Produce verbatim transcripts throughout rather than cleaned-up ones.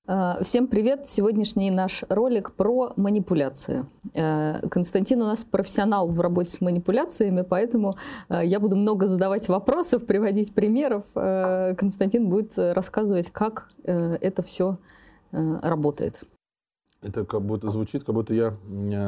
Всем привет! Сегодняшний наш ролик про манипуляции. Константин у нас профессионал в работе с манипуляциями, поэтому я буду много задавать вопросов, приводить примеров. Константин будет рассказывать, как это все работает. Это как будто звучит, как будто я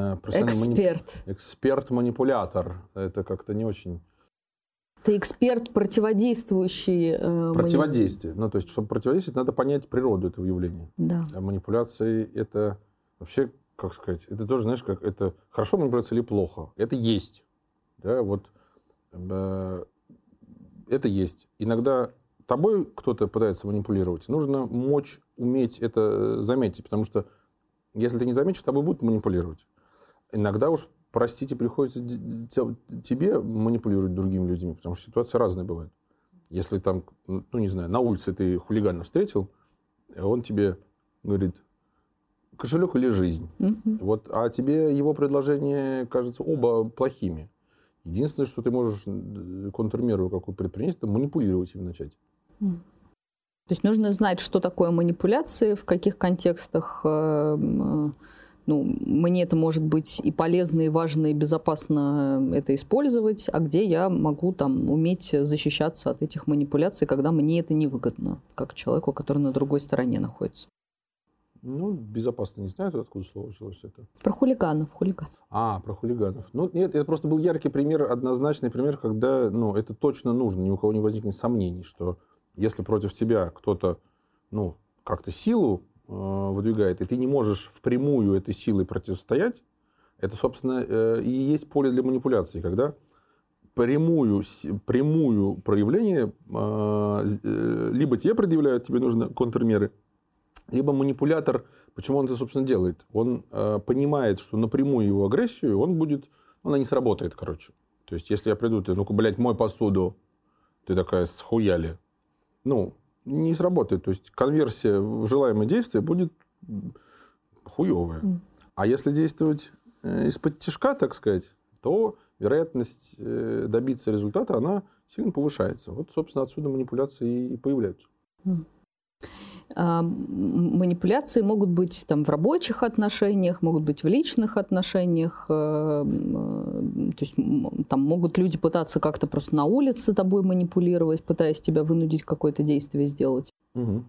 эксперт. Мани... эксперт-манипулятор. Это как-то не очень... Ты эксперт, противодействующий... Э, Противодействие. Мани... Ну, то есть, чтобы противодействовать, надо понять природу этого явления. Да. А манипуляции — это вообще, как сказать, это тоже, знаешь, как это хорошо манипуляция или плохо. Это есть. Да, вот э, это есть. Иногда тобой кто-то пытается манипулировать. Нужно мочь, уметь это заметить, потому что если ты не заметишь, тобой будут манипулировать. Иногда уж, простите, приходится тебе манипулировать другими людьми, потому что ситуации разные бывают. Если там, ну, не знаю, на улице ты хулигана встретил, он тебе говорит, кошелек или жизнь. Mm-hmm. Вот, а тебе его предложения кажутся оба плохими. Единственное, что ты можешь контрмеру какую предпринять, это манипулировать им начать. Mm. То есть нужно знать, что такое манипуляции, в каких контекстах ну, мне это может быть и полезно, и важно, и безопасно это использовать, а где я могу там уметь защищаться от этих манипуляций, когда мне это невыгодно, как человеку, который на другой стороне находится. Ну, безопасно не знаю, откуда слово взялось это. Про хулиганов, хулиган. А, про хулиганов. Ну, нет, это просто был яркий пример, однозначный пример, когда, ну, это точно нужно, ни у кого не возникнет сомнений, что если против тебя кто-то, ну, как-то силу э, выдвигает, и ты не можешь впрямую этой силой противостоять, это, собственно, э, и есть поле для манипуляции, когда прямую, прямую проявление э, э, либо тебе предъявляют, тебе нужны контрмеры, либо манипулятор, почему он это, собственно, делает? Он э, понимает, что напрямую его агрессию, он будет, она не сработает, короче. То есть, если я приду, ты, ну-ка, блядь, мой посуду, ты такая, схуяли. Ну, не сработает. То есть, конверсия в желаемое действие будет хуевая. Mm. А если действовать из-под тишка, так сказать, то вероятность добиться результата, она сильно повышается. Вот, собственно, отсюда манипуляции и появляются. Mm. А, манипуляции могут быть там, в рабочих отношениях, могут быть в личных отношениях. То есть там могут люди пытаться как-то просто на улице тобой манипулировать, пытаясь тебя вынудить какое-то действие сделать. Угу.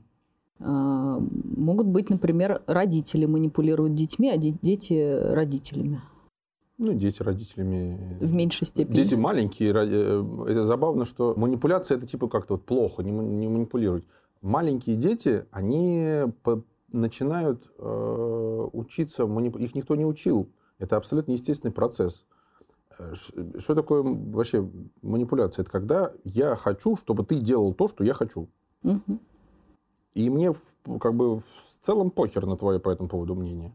А, могут быть, например, родители манипулируют детьми, а дети родителями. Ну, дети родителями... В меньшей степени. Дети маленькие. Это забавно, что манипуляция — это типа как-то вот плохо, не манипулировать. Маленькие дети, они начинают э, учиться, манипу... их никто не учил. Это абсолютно естественный процесс. Что такое вообще манипуляция? Это когда я хочу, чтобы ты делал то, что я хочу. Угу. И мне как бы в целом похер на твое по этому поводу мнение.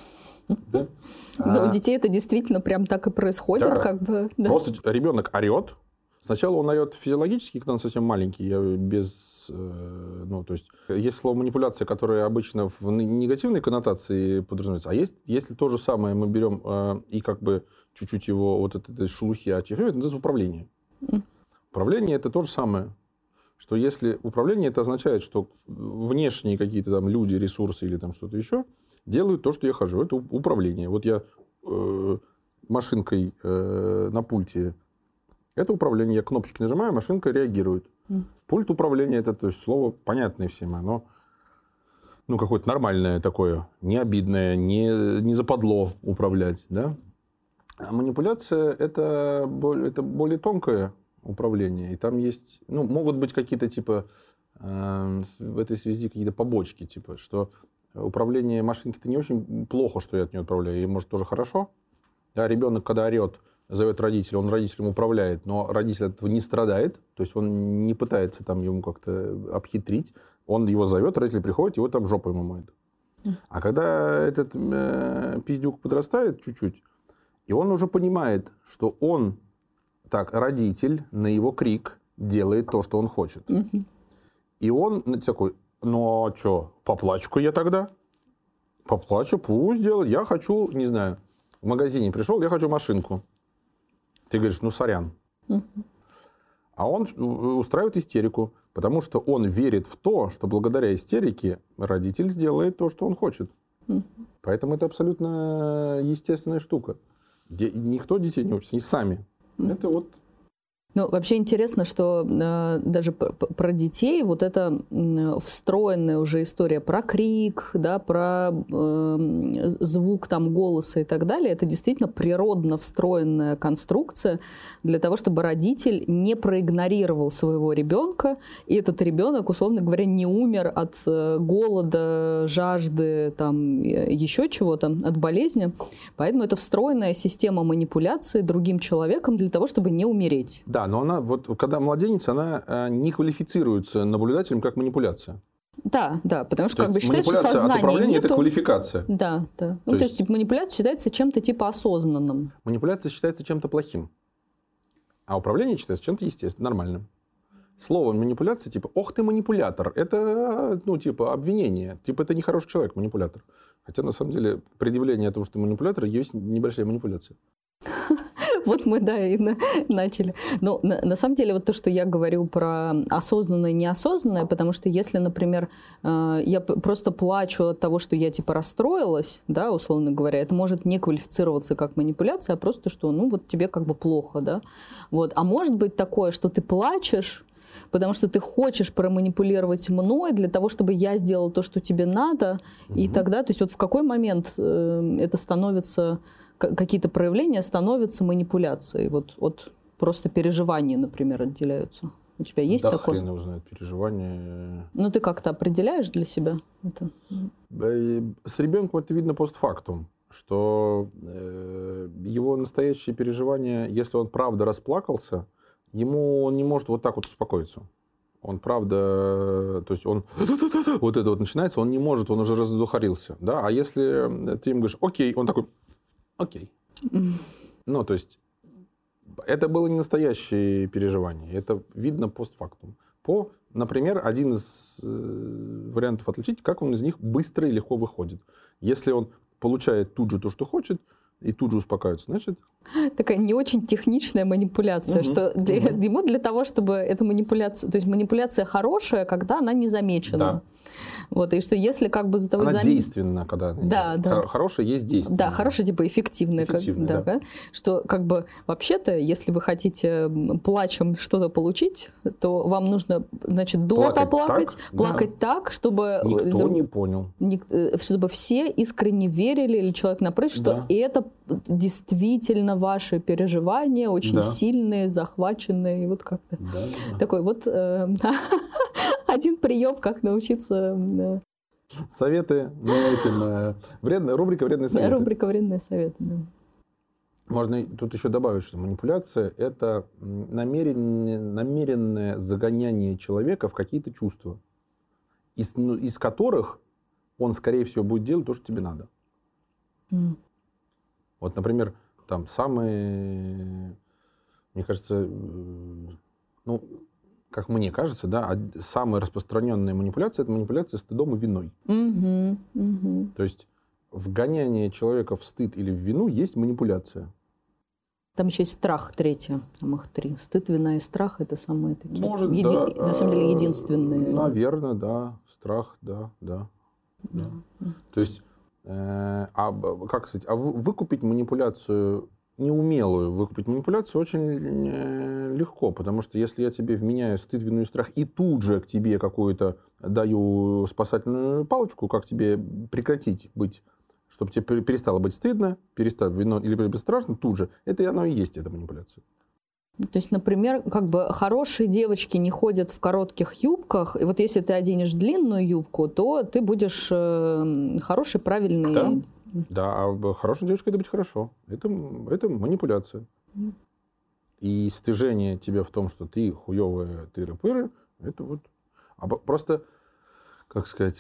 Да, у детей это действительно прям так и происходит. Как бы, да. Просто ребенок орет. Сначала он орет физиологически, когда он совсем маленький, я без... Ну, то есть, есть слово манипуляция, которое обычно в негативной коннотации подразумевается, а есть, если то же самое мы берем э, и как бы чуть-чуть его вот от этой шелухи очихиваем, это называется управление. Mm. Управление — это то же самое, что если управление, это означает, что внешние какие-то там люди, ресурсы или там что-то еще делают то, что я хочу. Это управление. Вот я э, машинкой э, на пульте, это управление, я кнопочки нажимаю, машинка реагирует. Mm. Пульт управления — это, то есть, слово понятное всем, оно ну, какое-то нормальное такое, не обидное, не, не западло управлять. Да? А манипуляция — это, это более тонкое управление. И там есть, ну, могут быть какие-то, типа, э, в этой связи какие-то побочки, типа, что управление машинки-то не очень плохо, что я от нее управляю, и может тоже хорошо. А ребенок, когда орет, зовет родителя, он родителям управляет, но родитель от этого не страдает, то есть он не пытается там ему как-то обхитрить, он его зовет, родитель приходит, его там жопу ему моет. А когда этот э, пиздюк подрастает чуть-чуть, и он уже понимает, что он, так, родитель на его крик делает то, что он хочет. Mm-hmm. И он такой, ну а что, поплачу-ка я тогда? Поплачу, пусть делает, я хочу, не знаю, в магазине пришел, я хочу машинку. Ты говоришь, ну, сорян. Uh-huh. А он устраивает истерику. Потому что он верит в то, что благодаря истерике родитель сделает то, что он хочет. Mm. Поэтому это абсолютно естественная штука. Де- никто детей не учится, они сами. Mm. Это вот... Ну, вообще интересно, что э, даже про детей вот эта э, встроенная уже история про крик, да, про э, звук там, голоса и так далее, это действительно природно встроенная конструкция для того, чтобы родитель не проигнорировал своего ребенка, и этот ребенок, условно говоря, не умер от э, голода, жажды, там, еще чего-то, от болезни. Поэтому это встроенная система манипуляции другим человеком для того, чтобы не умереть. Да. Но она, вот, когда младенец, она э, не квалифицируется наблюдателем как манипуляция. Да, да, потому что то как бы считается, что манипуляция сознания от управления нету. Это квалификация. Да, да. То ну, есть... то есть типа, манипуляция считается чем-то типа осознанным. Манипуляция считается чем-то плохим. А управление считается чем-то естественным, нормальным. Слово манипуляция, типа, ох ты манипулятор, это, ну, типа, обвинение. Типа, это нехороший человек, манипулятор. Хотя, на самом деле, предъявление о том, что ты манипулятор, есть небольшая манипуляция. Вот мы, да, и на, начали. Но на, на самом деле вот то, что я говорю про осознанное и неосознанное, потому что если, например, э, я просто плачу от того, что я типа расстроилась, да, условно говоря, это может не квалифицироваться как манипуляция, а просто, что, ну, вот тебе как бы плохо, да. Вот. А может быть такое, что ты плачешь, потому что ты хочешь проманипулировать мной для того, чтобы я сделала то, что тебе надо, mm-hmm. и тогда, то есть вот в какой момент э, это становится... какие-то проявления становятся манипуляцией. Вот от просто переживания, например, отделяются. У тебя есть да такое? Да хрен его знает, переживания. Ну, ты как-то определяешь для себя это? С ребенком это видно постфактум, что э, его настоящие переживания, если он правда расплакался, ему он не может вот так вот успокоиться. Он правда, то есть он вот это вот начинается, он не может, он уже раздухарился. Да? А если ты ему говоришь, окей, он такой... Окей. Mm. Ну, то есть, это было не настоящее переживание. Это видно постфактум. По, например, один из э, вариантов отличить, как он из них быстро и легко выходит. Если он получает тут же то, что хочет, и тут же успокаивается, значит... Такая не очень техничная манипуляция, угу. что для, угу. ему для того, чтобы эта манипуляция... То есть манипуляция хорошая, когда она не замечена. Да. Вот, и что если как бы за тобой... Она зам... действенна, когда она... Да, да. Хорошая есть действенная. Да, хорошая, типа эффективная. Эффективная, как, да, да. Да? Что как бы вообще-то, если вы хотите плачем что-то получить, то вам нужно, значит, до плакать поплакать, так, плакать да. так, чтобы... Никто друг... не понял. Чтобы все искренне верили, или человек напротив, что да. это действительно ваши переживания, очень да. сильные, захваченные, и вот как-то. Да, да. Такой вот э, один прием, как научиться... Э... Советы, ну, этим, э, вредная, рубрика «Вредные советы». Да, рубрика «Вредные советы», да. Можно тут еще добавить, что манипуляция – это намеренное, намеренное загоняние человека в какие-то чувства, из, ну, из которых он, скорее всего, будет делать то, что тебе надо. Mm. Вот, например, там самые, мне кажется, ну, как мне кажется, да, самая распространенная манипуляция – это манипуляция стыдом и виной. Mm-hmm. Mm-hmm. То есть вгоняние человека в стыд или в вину есть манипуляция. Там еще есть страх, третье, там их три. Стыд, вина и страх – это самые такие, Может, еди... да. на самом деле, единственные. Наверное, да. Страх, да, да. да. да. То есть, э, а, как сказать, а выкупить манипуляцию, неумелую выкупить манипуляцию очень легко, потому что если я тебе вменяю стыд, вину и страх, и тут же к тебе какую-то даю спасательную палочку, как тебе прекратить быть, чтобы тебе перестало быть стыдно, перестало вино или быть страшно, тут же. Это и оно и есть, эта манипуляция. То есть, например, как бы хорошие девочки не ходят в коротких юбках, и вот если ты оденешь длинную юбку, то ты будешь э, хороший, правильный. Да, да, а хорошая девочка – это быть хорошо. Это, это манипуляция. Mm. И стыжение тебя в том, что ты хуёвая тыры-пыры, это вот... А просто, как сказать...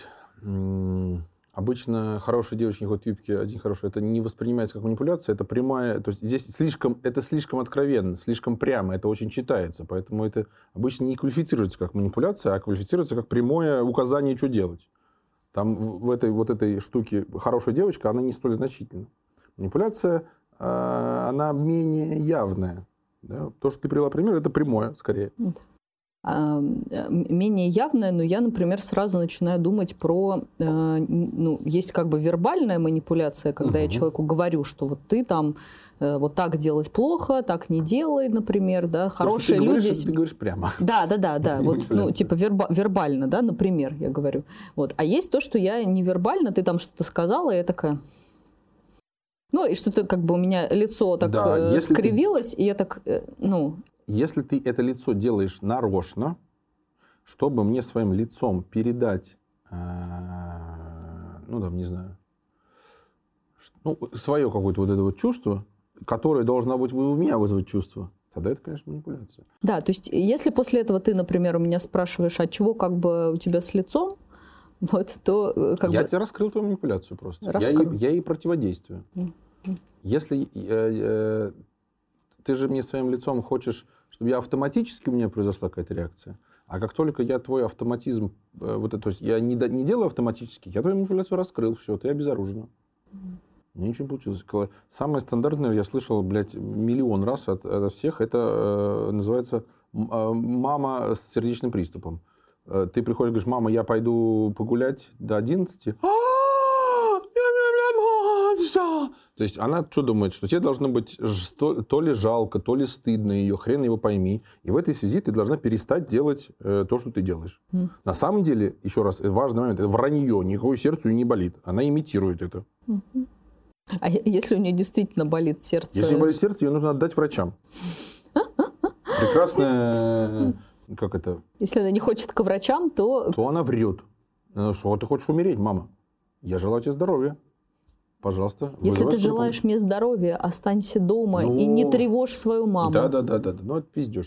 Обычно хорошие девочки не ходят в юбке, один хороший. Это не воспринимается как манипуляция, это прямая... То есть здесь слишком, это слишком откровенно, слишком прямо, это очень читается. Поэтому это обычно не квалифицируется как манипуляция, а квалифицируется как прямое указание, что делать. Там в этой вот этой штуке хорошая девочка, она не столь значительна. Манипуляция, она менее явная. Да? То, что ты привела пример, это прямое, скорее. менее явное, но я, например, сразу начинаю думать про, ну, есть как бы вербальная манипуляция, когда угу. я человеку говорю, что вот ты там вот так делать плохо, так не делай, например, да, хорошие ты люди... Говоришь, ты говоришь прямо. Да, да, да, да, вот, ну, типа верба... вербально, да, например, я говорю. Вот. А есть то, что я невербально, ты там что-то сказала, и я такая... Ну, и что-то как бы у меня лицо так да, скривилось, ты... и я так, ну... Если ты это лицо делаешь нарочно, чтобы мне своим лицом передать, э, ну, там, не знаю, ну, свое какое-то вот это вот чувство, которое должно быть у меня вызвать чувство, тогда это, конечно, манипуляция. Да, то есть если после этого ты, например, у меня спрашиваешь, а чего как бы у тебя с лицом, вот, то как я бы... тебе раскрыл твою манипуляцию просто. Раскрыл. Я, я ей противодействую. Mm-hmm. Если... Э, э, ты же мне своим лицом хочешь, чтобы я автоматически у меня произошла какая-то реакция. А как только я твой автоматизм, э, вот это, то есть я не, не делаю автоматически, я твою манипуляцию раскрыл, все, ты обезоружена. Mm-hmm. Мне ничего не получилось. Самое стандартное, я слышал, блядь, миллион раз от, от всех, это э, называется э, мама с сердечным приступом. Э, ты приходишь, говоришь, мама, я пойду погулять до одиннадцати. То есть она что думает, что тебе должно быть то, то ли жалко, то ли стыдно ее, хрен его пойми. И в этой связи ты должна перестать делать э, то, что ты делаешь. Mm. На самом деле, еще раз, важный момент, это вранье, никакое сердце не болит. Она имитирует это. Mm-hmm. А если у нее действительно болит сердце? Если болит сердце, ее нужно отдать врачам. Прекрасная... Как это? Если она не хочет к врачам, то... То она врет. Что, ты хочешь умереть, мама? Я желаю тебе здоровья. Пожалуйста. Если ты желаешь мне здоровья, останься дома ну, и не тревожь свою маму. Да, да, да, да. Ну, это пиздеж.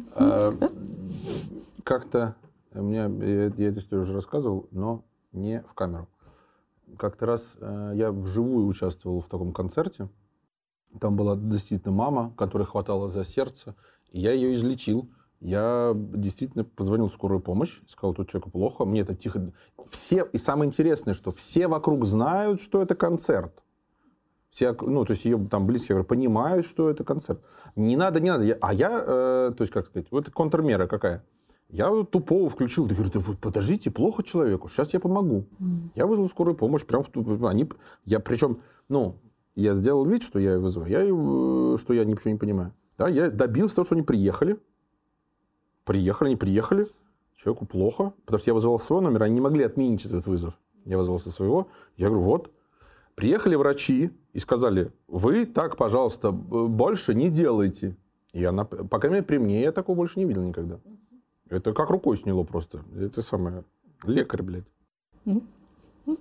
Как-то... У меня... Я эту историю уже рассказывал, но не в камеру. Как-то раз я вживую участвовал в таком концерте. Там была действительно мама, которая хватала за сердце. И я ее излечил. Я действительно позвонил в скорую помощь, сказал, тут человеку плохо, мне это тихо... Все, и самое интересное, что все вокруг знают, что это концерт. Все, ну, то есть ее там близкие говорят, понимают, что это концерт. Не надо, не надо. Я, а я, э, то есть, как сказать, вот контрмера какая. Я тупого включил, да говорю, да вы подождите, плохо человеку, сейчас я помогу. Mm. Я вызвал скорую помощь, прям в... Они, я причем, ну, я сделал вид, что я ее вызываю, я, что я ничего не понимаю. Да, я добился того, что они приехали. Приехали, они приехали, человеку плохо, потому что я вызывал свой номер, они не могли отменить этот вызов. Я вызвал со своего, я говорю, вот, приехали врачи и сказали, вы так, пожалуйста, больше не делайте. И она, по крайней мере, при мне я такого больше не видел никогда. Это как рукой сняло просто. Это самое, лекарь, блядь. То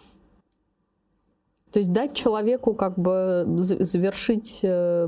есть дать человеку как бы завершить...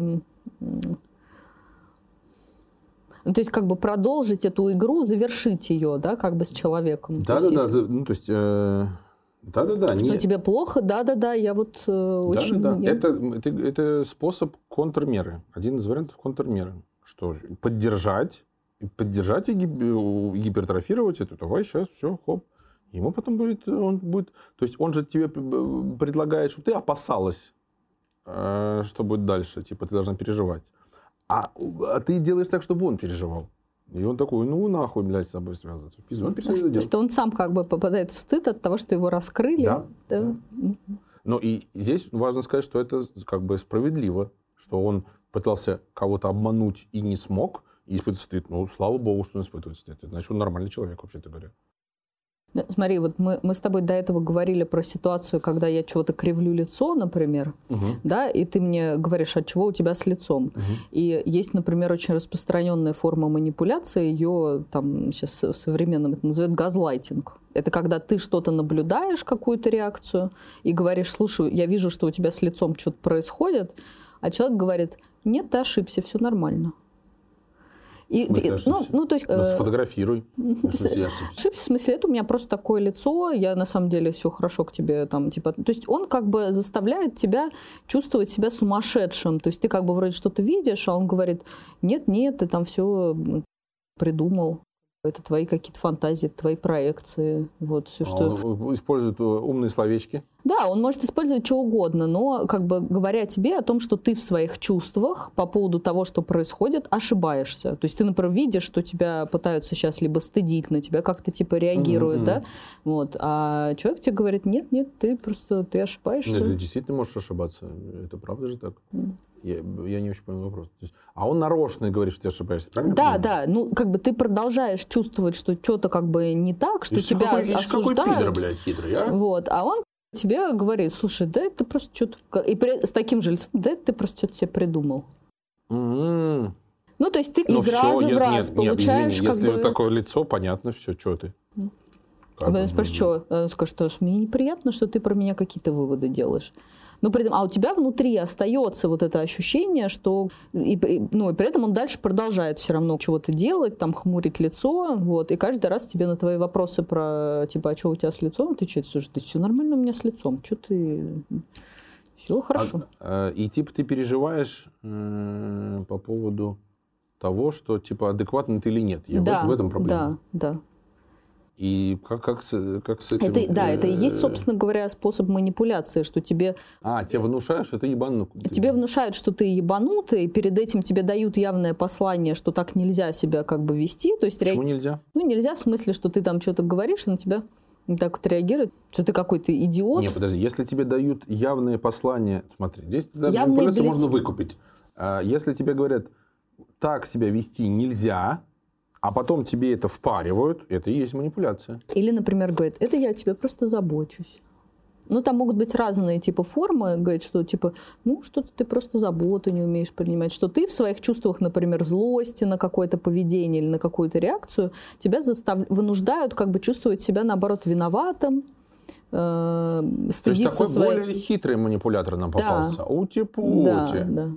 То есть, как бы продолжить эту игру, завершить ее, да, как бы с человеком. Да-да-да, да, ну, то есть, э, да-да-да. Что не... тебе плохо? Да-да-да, я вот э, очень... Да-да-да, я... это, это, это способ контрмеры, один из вариантов контрмеры, что поддержать, поддержать и гипертрофировать это, давай сейчас, все, хоп. Ему потом будет, он будет... То есть, он же тебе предлагает, чтобы ты опасалась, э, что будет дальше, типа, ты должна переживать. А, а ты делаешь так, чтобы он переживал. И он такой, ну нахуй, блядь, с тобой связываться. Пизду, он перестает это делать. Что он сам как бы попадает в стыд от того, что его раскрыли. Да. да. да. Но и здесь важно сказать, что это как бы справедливо, что он пытался кого-то обмануть и не смог, и испытывает стыд. Ну, слава богу, что он испытывает стыд. Значит, он нормальный человек, вообще-то говоря. Смотри, вот мы, мы с тобой до этого говорили про ситуацию, когда я чего-то кривлю лицо, например, угу. да, и ты мне говоришь, от чего у тебя с лицом. Угу. И есть, например, очень распространенная форма манипуляции, ее там сейчас в современном это называют газлайтинг. Это когда ты что-то наблюдаешь, какую-то реакцию, и говоришь, слушай, я вижу, что у тебя с лицом что-то происходит, а человек говорит, нет, ты ошибся, все нормально. И, в смысле, ну, ну, то есть, ну, сфотографируй. Ошибся. В смысле, это у меня просто такое лицо, я на самом деле все хорошо к тебе там, типа. То есть он как бы заставляет тебя чувствовать себя сумасшедшим. То есть ты как бы вроде что-то видишь, а он говорит, нет, нет, ты там все придумал. Это твои какие-то фантазии, твои проекции. Вот, все, что... Он использует умные словечки. Да, он может использовать что угодно, но как бы говоря тебе о том, что ты в своих чувствах по поводу того, что происходит, ошибаешься. То есть ты, например, видишь, что тебя пытаются сейчас либо стыдить, на тебя как-то типа реагируют, mm-hmm. да? Вот. А человек тебе говорит, нет, нет, ты просто ты ошибаешься. Нет, ты действительно можешь ошибаться. Это правда же так? Mm. Я, я не очень понял вопрос. То есть, а он нарочно говорит, что ты ошибаешься, правильно? Да, да. Ну, как бы ты продолжаешь чувствовать, что что-то как бы не так, что тебя какой, осуждают. Какой пидор, блядь, хитрый, а? Вот. А он тебе говорит, слушай, да это просто что-то... И при... с таким же лицом, да это ты просто что-то себе придумал. Mm-hmm. Ну, то есть ты ну, из все, раза нет, в раз нет, получаешь... Нет, как если бы... такое лицо, понятно, все, что ты. Mm. А потом спрашиваешь, что? Он скажет, что мне неприятно, что ты про меня какие-то выводы делаешь. Ну, при этом, а у тебя внутри остается вот это ощущение, что... И, ну, и при этом он дальше продолжает все равно чего-то делать, там, хмурить лицо, вот, и каждый раз тебе на твои вопросы про, типа, а что у тебя с лицом, отвечает, слушай, да все нормально у меня с лицом, что ты... Все хорошо. А, и, типа, ты переживаешь э, по поводу того, что, типа, адекватный ты или нет. Я да, в, в этом проблема. Да, да. И как, как, как с этим... Это, да, это и есть, собственно говоря, способ манипуляции, что тебе... А, тебе внушают, что ты ебанутый. Тебе внушают, что ты ебанутый, и перед этим тебе дают явное послание, что так нельзя себя как бы вести. То есть Почему ре... нельзя? Ну, нельзя в смысле, что ты там что-то говоришь, и на тебя так вот реагирует, что ты какой-то идиот. Нет, подожди, если тебе дают явное послание... Смотри, здесь даже Явные, манипуляцию блядь... можно выкупить. Если тебе говорят, так себя вести нельзя... А потом тебе это впаривают, это и есть манипуляция. Или, например, говорит, это я тебе просто забочусь. Ну, там могут быть разные типа формы, говорит, что типа, ну, что-то ты просто заботу не умеешь принимать, что ты в своих чувствах, например, злости на какое-то поведение или на какую-то реакцию, тебя застав... вынуждают как бы чувствовать себя, наоборот, виноватым, э, стыдиться. То есть такой своей... более хитрый манипулятор нам попался. Да. Ути-пути. Да, да.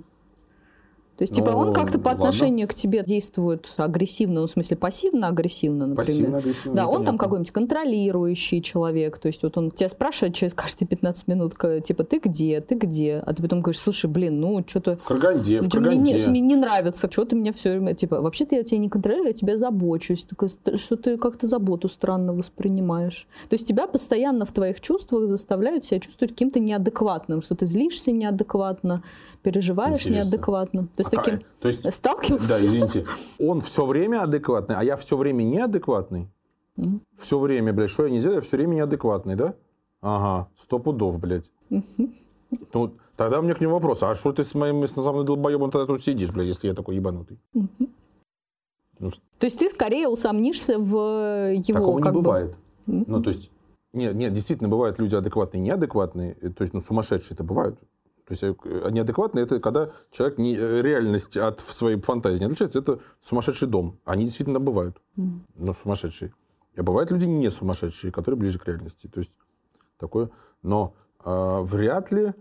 То есть, типа, ну, он как-то по отношению ладно. К тебе действует агрессивно, ну, в смысле, пассивно-агрессивно, например. Пассивно-агрессивно. Да, он там какой-нибудь контролирующий человек. То есть, вот он тебя спрашивает через каждые пятнадцать минут, типа, ты где, ты где? А ты потом говоришь, слушай, блин, ну, что-то... В Караганде, в Караганде. Мне, мне не нравится, что ты меня все время... Типа, вообще-то я тебя не контролирую, я тебя забочусь. Только что ты как-то заботу странно воспринимаешь. То есть, тебя постоянно в твоих чувствах заставляют себя чувствовать каким-то неадекватным, что ты злишься неадекватно, переживаешь Интересно. Неадекватно. То есть, таким... То есть, сталкивался? Да, извините. Он все время адекватный, а я все время неадекватный? Mm-hmm. Все время, блядь, что я не делаю, я все время неадекватный, да? Ага, сто пудов, блядь. Mm-hmm. Ну, тогда у меня к нему вопрос, а что ты с моим с самым долбоебом тогда тут сидишь, блядь, если я такой ебанутый? Mm-hmm. Ну, то есть ты скорее усомнишься в его... Такого как не бы... бывает. Mm-hmm. Ну, то есть, нет, нет, действительно, бывают люди адекватные и неадекватные, то есть, ну, сумасшедшие-то бывают. То есть неадекватный – это когда человек не, реальность от своей фантазии не отличается. Это сумасшедший дом. Они действительно бывают. Mm. Но сумасшедшие. А бывают люди не сумасшедшие, которые ближе к реальности. То есть такое. Но э, вряд ли,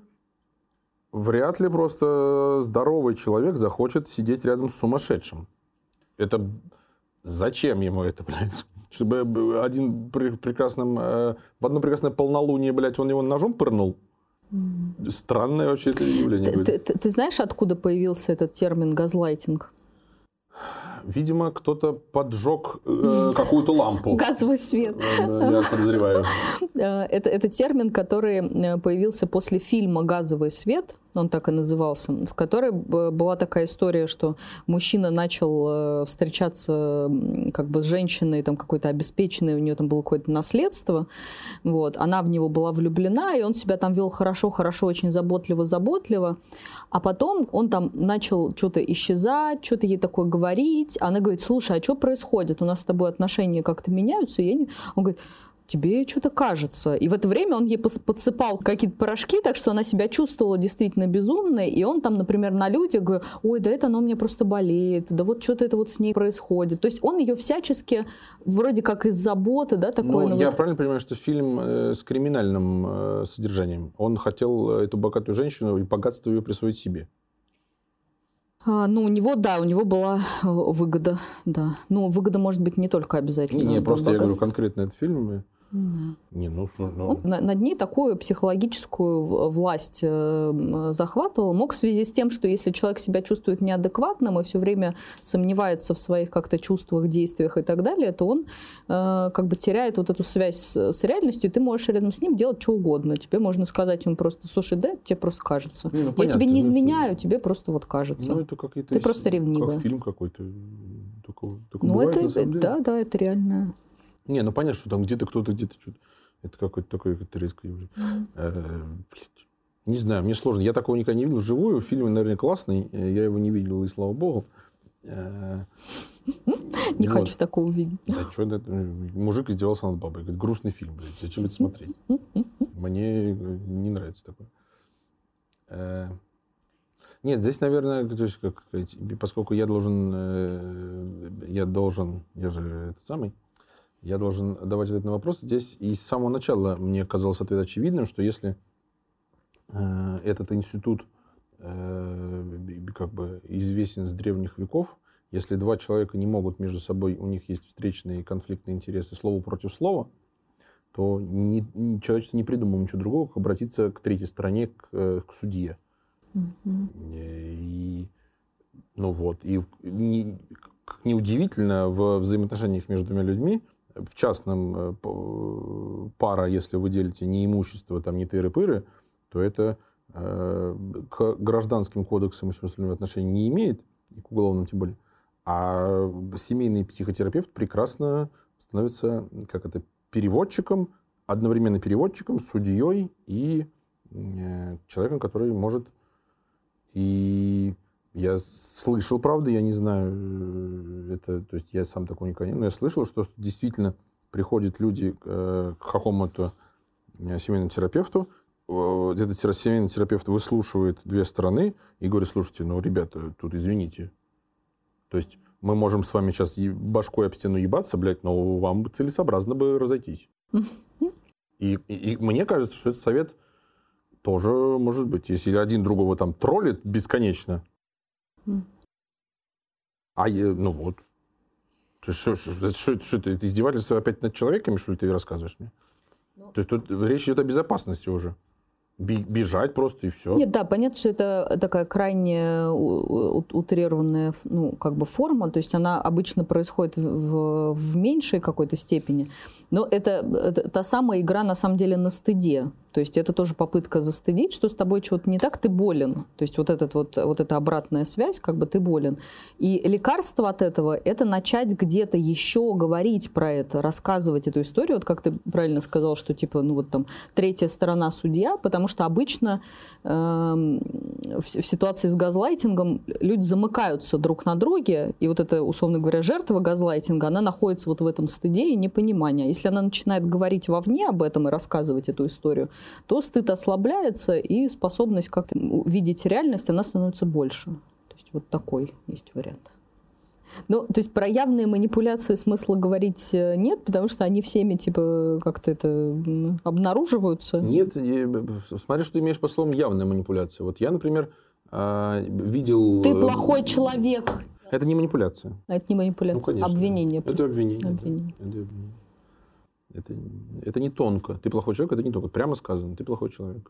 вряд ли просто здоровый человек захочет сидеть рядом с сумасшедшим. Это зачем ему это, блядь? Чтобы один при, прекрасном, э, в одно прекрасное полнолуние, блядь, он его ножом пырнул? Странное вообще это явление. Ты, ты, ты знаешь, откуда появился этот термин газлайтинг? Видимо, кто-то поджег э, какую-то лампу. Газовый свет. Я подозреваю. Это, это термин, который появился после фильма «Газовый свет», он так и назывался, в которой была такая история, что мужчина начал встречаться как бы с женщиной, там какой-то обеспеченной, у нее там было какое-то наследство, вот, она в него была влюблена, и он себя там вел хорошо-хорошо, очень заботливо-заботливо, а потом он там начал что-то исчезать, что-то ей такое говорить, она говорит, слушай, а что происходит, у нас с тобой отношения как-то меняются, и я не... Он говорит, тебе что-то кажется. И в это время он ей подсыпал какие-то порошки, так что она себя чувствовала действительно безумной, и он там, например, на людях говорит, ой, да это она у меня просто болеет, да вот что-то это вот с ней происходит. То есть он ее всячески, вроде как из заботы, да, такой... Ну, ну, я вот... правильно понимаю, что фильм э, с криминальным э, содержанием. Он хотел эту богатую женщину и богатство ее присвоить себе. А, ну, у него, да, у него была выгода, да. Ну, выгода может быть не только обязательно. Не, не просто богатство. Я говорю конкретно этот фильм. Да. Не, ну, ну... Он на, над ней такую психологическую власть э, захватывал. Мог в связи с тем, что если человек себя чувствует неадекватным и все время сомневается в своих как-то чувствах, действиях и так далее, то он э, как бы теряет вот эту связь с, с реальностью, и ты можешь рядом с ним делать что угодно. Тебе можно сказать ему просто: слушай, да, тебе просто кажется. Не, ну, Я понятно, тебе не ну, изменяю, это... тебе просто вот кажется. Ну, это какие-то... Ты просто ревнивая. Как фильм какой-то. Такое, такое Ну, бывает, это, на самом деле. да, да, это реально. Не, ну понятно, что там где-то кто-то где-то что-то. Это какой-то такой резкий. Mm-hmm. Э, не знаю, мне сложно. Я такого никогда не видел вживую. Фильм, наверное, классный. Я его не видел, и слава богу. Э, не вот. Хочу такого увидеть. Да, что это? Мужик издевался над бабой. Говорит, грустный фильм, блядь. Зачем это смотреть? Мне не нравится такое. Э, нет, здесь, наверное, то есть, как, поскольку я должен, я должен, я же этот самый, я должен давать ответ на вопрос. Здесь и с самого начала мне казалось ответ очевидным, что если э, этот институт э, как бы известен с древних веков, если два человека не могут между собой, у них есть встречные конфликтные интересы, слово против слова, то не, человечество не придумало ничего другого, как обратиться к третьей стороне, к, к судье. Mm-hmm. И, ну вот, и не, неудивительно в взаимоотношениях между двумя людьми, в частном пара, если вы делите не имущество, там, не тыры-пыры, то это э, к гражданским кодексам и смысловым отношениям не имеет, и к уголовным тем более. А семейный психотерапевт прекрасно становится, как это, переводчиком, одновременно переводчиком, судьей и э, человеком, который может... И я слышал, правда, я не знаю, это, то есть я сам такого никогда не... Но я слышал, что действительно приходят люди э, к какому-то семейному терапевту, э, этот семейный терапевт выслушивает две стороны и говорит: слушайте, ну, ребята, тут извините. То есть мы можем с вами сейчас башкой об стену ебаться, блядь, но вам целесообразно бы разойтись. И, и, и мне кажется, что этот совет тоже может быть, если один другого там троллит бесконечно. Mm. А ну вот. Что, что, что, что это издевательство опять над человеками, что ли, ты рассказываешь мне? No. То есть тут речь идет о безопасности уже. Бежать просто и все. Нет, да, понятно, что это такая крайне утрированная, ну, как бы форма, то есть она обычно происходит в, в меньшей какой-то степени, но это, это та самая игра, на самом деле, на стыде. То есть это тоже попытка застыдить, что с тобой чего-то не так, ты болен. То есть вот, этот вот, вот эта обратная связь, как бы ты болен. И лекарство от этого — это начать где-то еще говорить про это, рассказывать эту историю. Вот как ты правильно сказал, что типа, ну вот там третья сторона судья, потому что обычно э, в, в ситуации с газлайтингом люди замыкаются друг на друге, и вот эта, условно говоря, жертва газлайтинга, она находится вот в этом стыде и непонимании. Если она начинает говорить вовне об этом и рассказывать эту историю, то стыд ослабляется, и способность как-то видеть реальность, она становится больше. То есть вот такой есть вариант. Ну, то есть про явные манипуляции смысла говорить нет, потому что они всеми типа как-то это обнаруживаются. Нет, смотри, что ты имеешь по словам явная манипуляция. Вот я, например, видел... Ты плохой человек. Это не манипуляция. А это не манипуляция, ну, конечно. Обвинение. Это обвинение. обвинение. Это, это обвинение. Это, это не тонко. Ты плохой человек, это не тонко. Прямо сказано, ты плохой человек.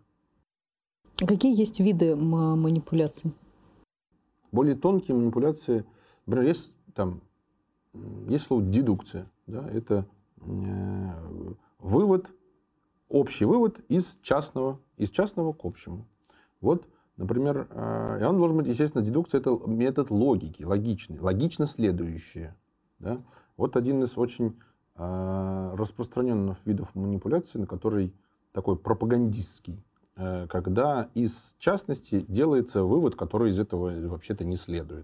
Какие есть виды манипуляций? Более тонкие манипуляции. Например, есть, там, есть слово дедукция. Да? Это э, вывод, общий вывод из частного, из частного к общему. Вот, например, э, и он должен быть, естественно, дедукция — это метод логики, логичный, логично следующее. Да? Вот один из очень распространенных видов манипуляции, на который такой пропагандистский, когда из частности делается вывод, который из этого вообще-то не следует.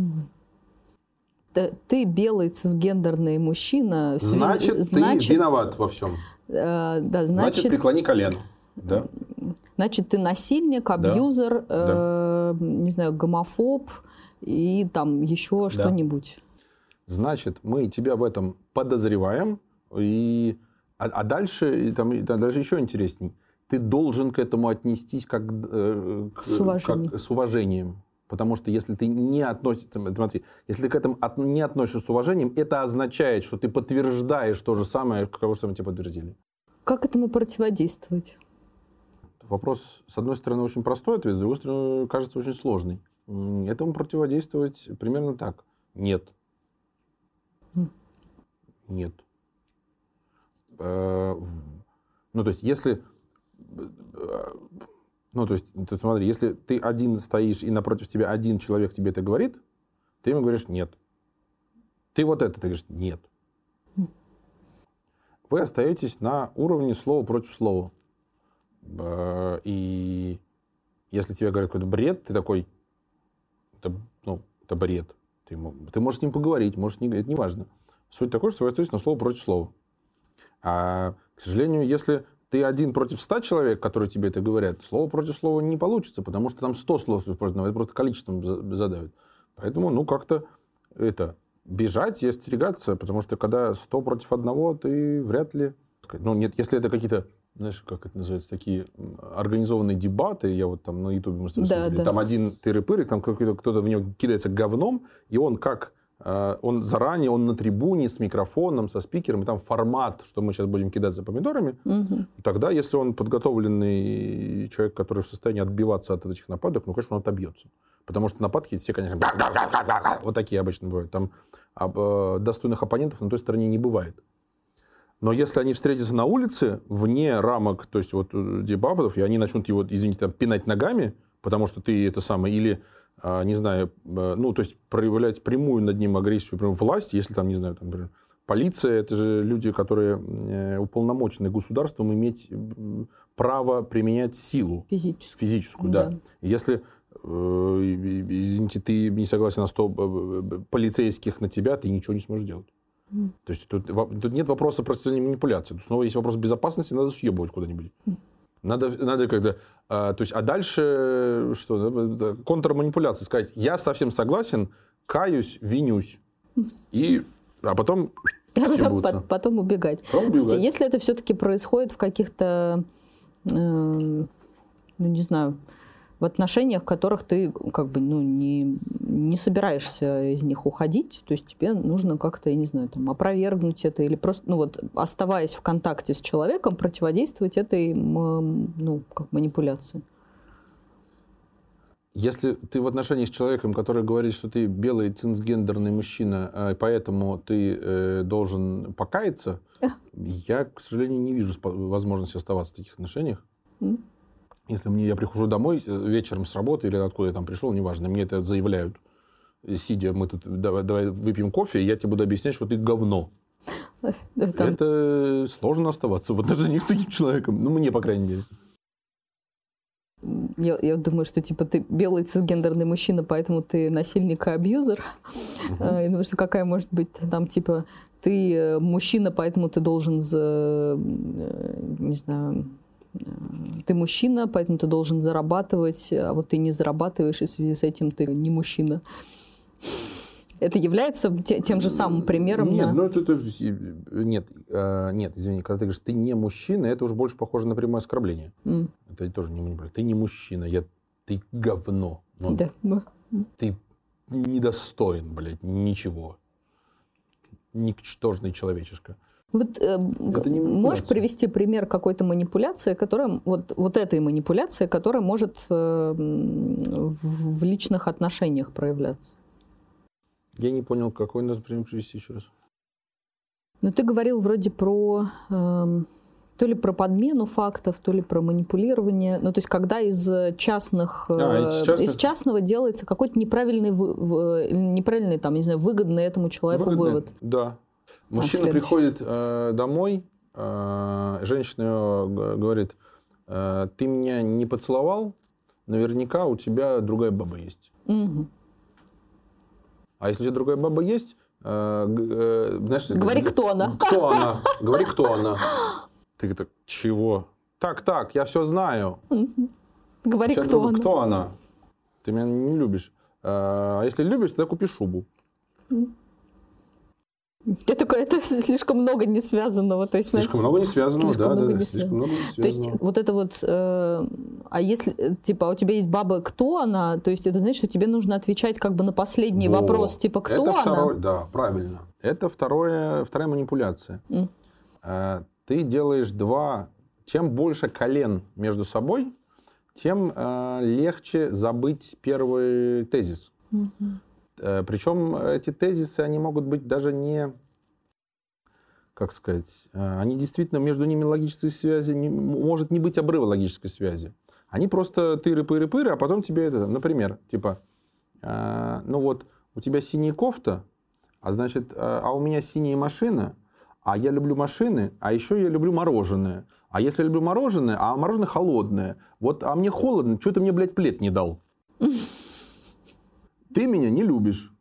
Ты, ты белый цисгендерный мужчина. Значит, значит, ты виноват во всем. Э, да, значит, значит, преклони колено. Да? Значит, ты насильник, абьюзер, да. Э, да. не знаю, гомофоб и там еще да. что-нибудь. Значит, мы тебя в этом подозреваем, и, а, а дальше, и там, и дальше еще интересней. Ты должен к этому отнестись как, э, к, с, уважением. как, с уважением. Потому что если ты не относишься, смотри, если ты к этому от, не относишься с уважением, это означает, что ты подтверждаешь то же самое, кого что мы тебе подтвердили. Как этому противодействовать? Вопрос, с одной стороны, очень простой ответ, с другой стороны, кажется очень сложный. Этому противодействовать примерно так. Нет. Mm. Нет. Ну, то есть, если... Ну, то есть, ты смотри, если ты один стоишь, и напротив тебя один человек тебе это говорит, ты ему говоришь «нет». Ты вот это, ты говоришь «нет». Mm. Вы остаетесь на уровне слова против слова. И если тебе говорят какой-то бред, ты такой, это, ну, это бред. Ты, ты можешь с ним поговорить, можешь не, это не важно. Суть такой, что вы остаетесь на слово против слова. А, к сожалению, если ты один против ста человек, которые тебе это говорят, слово против слова не получится, потому что там сто слов использовано, это просто количеством задавят. Поэтому, ну, как-то это, бежать и остерегаться, потому что когда сто против одного, ты вряд ли... Ну, нет, если это какие-то, знаешь, как это называется, такие организованные дебаты, я вот там на Ютубе, может, да, да. Там один тыры-пыры, там кто-то в него кидается говном, и он как... Он заранее, он на трибуне с микрофоном, со спикером, и там формат, что мы сейчас будем кидаться помидорами. Угу. Тогда, если он подготовленный человек, который в состоянии отбиваться от этих нападок, ну, конечно, он отобьется. Потому что нападки все, конечно, вот такие обычно бывают. Там достойных оппонентов на той стороне не бывает. Но если они встретятся на улице, вне рамок, то есть вот дебатов, и они начнут его, извините, там, пинать ногами, потому что ты это самое, или... не знаю, ну, то есть проявлять прямую над ним агрессию, прям власть, если там, не знаю, там, например, полиция, это же люди, которые уполномочены государством иметь право применять силу. Физическую. Физическую, да. да. Если, извините, ты не согласен на сто полицейских на тебя, ты ничего не сможешь делать. Mm. То есть тут, тут нет вопроса про манипуляции. Тут снова есть вопрос безопасности, надо съебывать куда-нибудь. Mm. Надо, надо когда... А, то есть, а дальше что? Контрманипуляция. Сказать, я совсем согласен, каюсь, винюсь. И, а потом... Потом, потом убегать. Потом убегать. Если это все-таки происходит в каких-то, э, ну, не знаю, в отношениях, в которых ты как бы, ну, не, не собираешься из них уходить, то есть тебе нужно как-то, я не знаю, там, опровергнуть это или просто, ну, вот, оставаясь в контакте с человеком, противодействовать этой, ну, как манипуляции. Если ты в отношениях с человеком, который говорит, что ты белый цисгендерный мужчина, поэтому ты э, должен покаяться, я, к сожалению, не вижу возможности оставаться в таких отношениях. Mm. Если мне, я прихожу домой вечером с работы или откуда я там пришел, неважно, мне это заявляют, сидя, мы тут, давай, давай выпьем кофе, и я тебе буду объяснять, что ты говно. Там... Это сложно оставаться в отношениях с таким человеком. Ну, мне, по крайней мере. Я, я думаю, что типа ты белый цисгендерный мужчина, поэтому ты насильник и абьюзер. Uh-huh. Я думаю, что какая может быть там типа ты мужчина, поэтому ты должен за, не знаю, ты мужчина, поэтому ты должен зарабатывать, а вот ты не зарабатываешь, и в связи с этим ты не мужчина. Это является тем же самым примером? Нет, на... ну это, это нет, э, нет, извини, когда ты говоришь, ты не мужчина, это уже больше похоже на прямое оскорбление. Mm. Это тоже не манипуляция. Ты не мужчина, я, ты говно. Ну, да. Ты недостоин, блядь, ничего. Никчтожный человечишка. Вот, э, можешь привести пример какой-то манипуляции, которая, вот, вот этой манипуляции, которая может э, в, в личных отношениях проявляться? Я не понял, какой надо пример привести еще раз. Ну, ты говорил вроде про... Э, то ли про подмену фактов, то ли про манипулирование. Ну, то есть, когда из частных... А, из, частных... из частного делается какой-то неправильный, неправильный там, не знаю, выгодный этому человеку выгодный, вывод. Да. Мужчина а приходит э, домой, э, женщина говорит, э, ты меня не поцеловал, наверняка у тебя другая баба есть. Угу. А если у тебя другая баба есть, э, э, знаешь... Говори, кто она. Кто она? Говори, кто она. Ты так, чего? Так, так, я все знаю. Говори, кто друг, она. Кто она? Ты меня не любишь. А если любишь, тогда купи шубу. Я такой, это слишком много не связанного. То есть, слишком много не связанного, да, да, да. Слишком много не связанного. То есть вот это вот, э, а если, типа, у тебя есть баба, кто она, то есть это значит, что тебе нужно отвечать как бы на последний Во. вопрос, типа, кто это она? Второй, да, правильно. Это второе, вторая манипуляция. Mm. Э, ты делаешь два, чем больше колен между собой, тем э, легче забыть первый тезис. Mm-hmm. Причем эти тезисы, они могут быть даже не, как сказать, они действительно, между ними логической связи, не, может не быть обрыва логической связи. Они просто тыры-пыры-пыры, а потом тебе это, например, типа, э, ну вот, у тебя синяя кофта, а значит, э, а у меня синяя машина, а я люблю машины, а еще я люблю мороженое. А если я люблю мороженое, а мороженое холодное, вот, а мне холодно, что ты мне, блядь, плед не дал? Ты меня не любишь.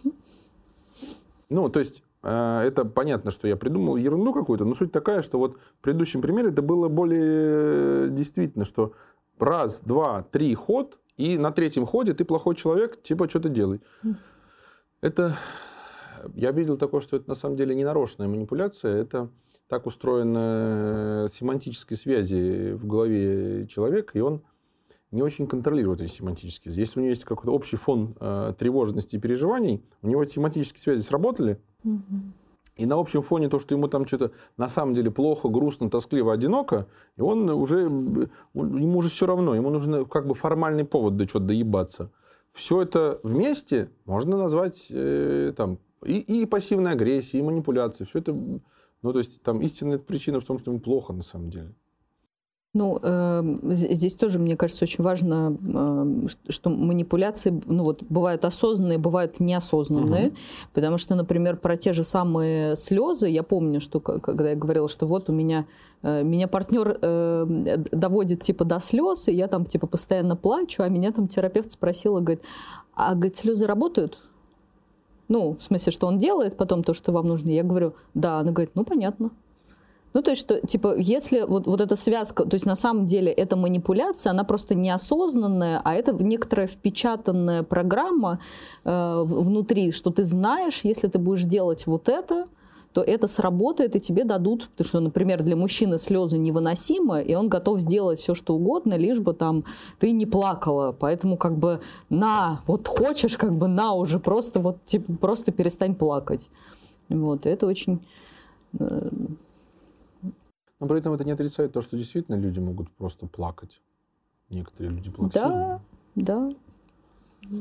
Ну, то есть, э, это понятно, что я придумал ерунду какую-то, но суть такая, что вот в предыдущем примере это было более действительно, что раз, два, три ход, и на третьем ходе ты плохой человек, типа, что-то делай. Это, я видел такое, что это на самом деле не нарочная манипуляция, это так устроена семантической связи в голове человека, и он не очень контролирует эти семантические. Если у него есть какой-то общий фон э, тревожности и переживаний, у него эти семантические связи сработали, mm-hmm. и на общем фоне то, что ему там что-то на самом деле плохо, грустно, тоскливо, одиноко, и он уже, он, ему уже все равно, ему нужен как бы формальный повод до чего-то доебаться. Все это вместе можно назвать э, там, и, и пассивной агрессией, и манипуляцией. Все это, ну, то есть там истинная причина в том, что ему плохо на самом деле. Ну, э, здесь тоже, мне кажется, очень важно, э, что манипуляции, ну, вот, бывают осознанные, бывают неосознанные, угу. потому что, например, про те же самые слезы, я помню, что когда я говорила, что вот у меня, э, меня партнер э, доводит, типа, до слез, и я там, типа, постоянно плачу, а меня там терапевт спросила, говорит, а, говорит, слезы работают? Ну, в смысле, что он делает потом то, что вам нужно? Я говорю, да. Она говорит, ну, понятно. Ну, то есть, что, типа, если вот, вот эта связка, то есть, на самом деле, эта манипуляция, она просто неосознанная, а это некоторая впечатанная программа э, внутри, что ты знаешь, если ты будешь делать вот это, то это сработает, и тебе дадут, потому что, например, для мужчины слезы невыносимы, и он готов сделать все, что угодно, лишь бы там ты не плакала. Поэтому, как бы, на, вот хочешь, как бы, на уже, просто вот, типа, просто перестань плакать. Вот, и это очень... Э, Но при этом это не отрицает то, что действительно люди могут просто плакать. Некоторые люди плаксивые. Да, да.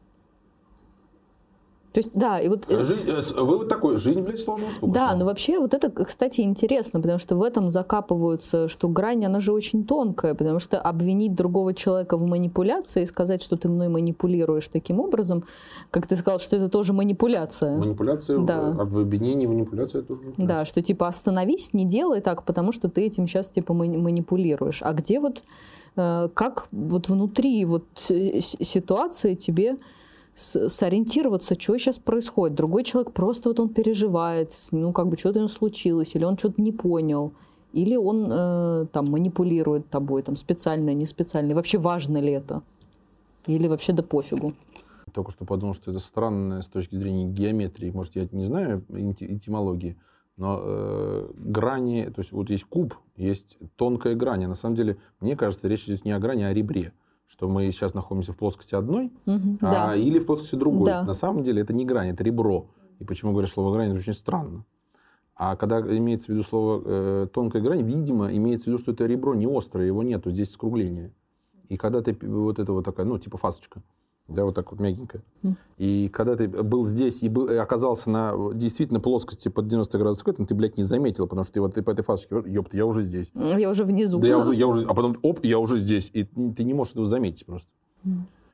То есть, да, и вот... Жизнь, вы вот такой, жизнь, блядь, сложная штука. Да, но вообще вот это, кстати, интересно, потому что в этом закапываются, что грань, она же очень тонкая, потому что обвинить другого человека в манипуляции и сказать, что ты мной манипулируешь таким образом, как ты сказал, что это тоже манипуляция. Манипуляция, да. Об обвинении, манипуляция тоже манипуляция. Да, что типа остановись, не делай так, потому что ты этим сейчас типа манипулируешь. А где вот, э, как вот внутри вот ситуации тебе... сориентироваться, что сейчас происходит. Другой человек просто вот он переживает, ну, как бы что-то ему случилось, или он что-то не понял, или он э, там манипулирует тобой, там, специально, не специально. И вообще важно ли это? Или вообще да пофигу? Только что подумал, что это странно с точки зрения геометрии. Может, я не знаю этимологии, но э, грани, то есть вот есть куб, есть тонкая грань. А на самом деле, мне кажется, речь идет не о грани, а о ребре. Что мы сейчас находимся в плоскости одной, угу, а, да. или в плоскости другой. Да. На самом деле это не грань, это ребро. И почему говорю слово грань, это очень странно. А когда имеется в виду слово э, тонкая грань, видимо, имеется в виду, что это ребро не острое, его нету, здесь скругление. И когда ты вот это вот такая, ну, типа фасочка, да, вот так вот мягенькая. Mm. И когда ты был здесь и, был, и оказался на действительно плоскости под девяносто градусов, ты, блядь, не заметил, потому что ты вот ты по этой фасочке, ёпта, я уже здесь. Я уже внизу. Да, я уже, я уже, а потом, оп, я уже здесь. И ты не можешь этого заметить просто. Mm.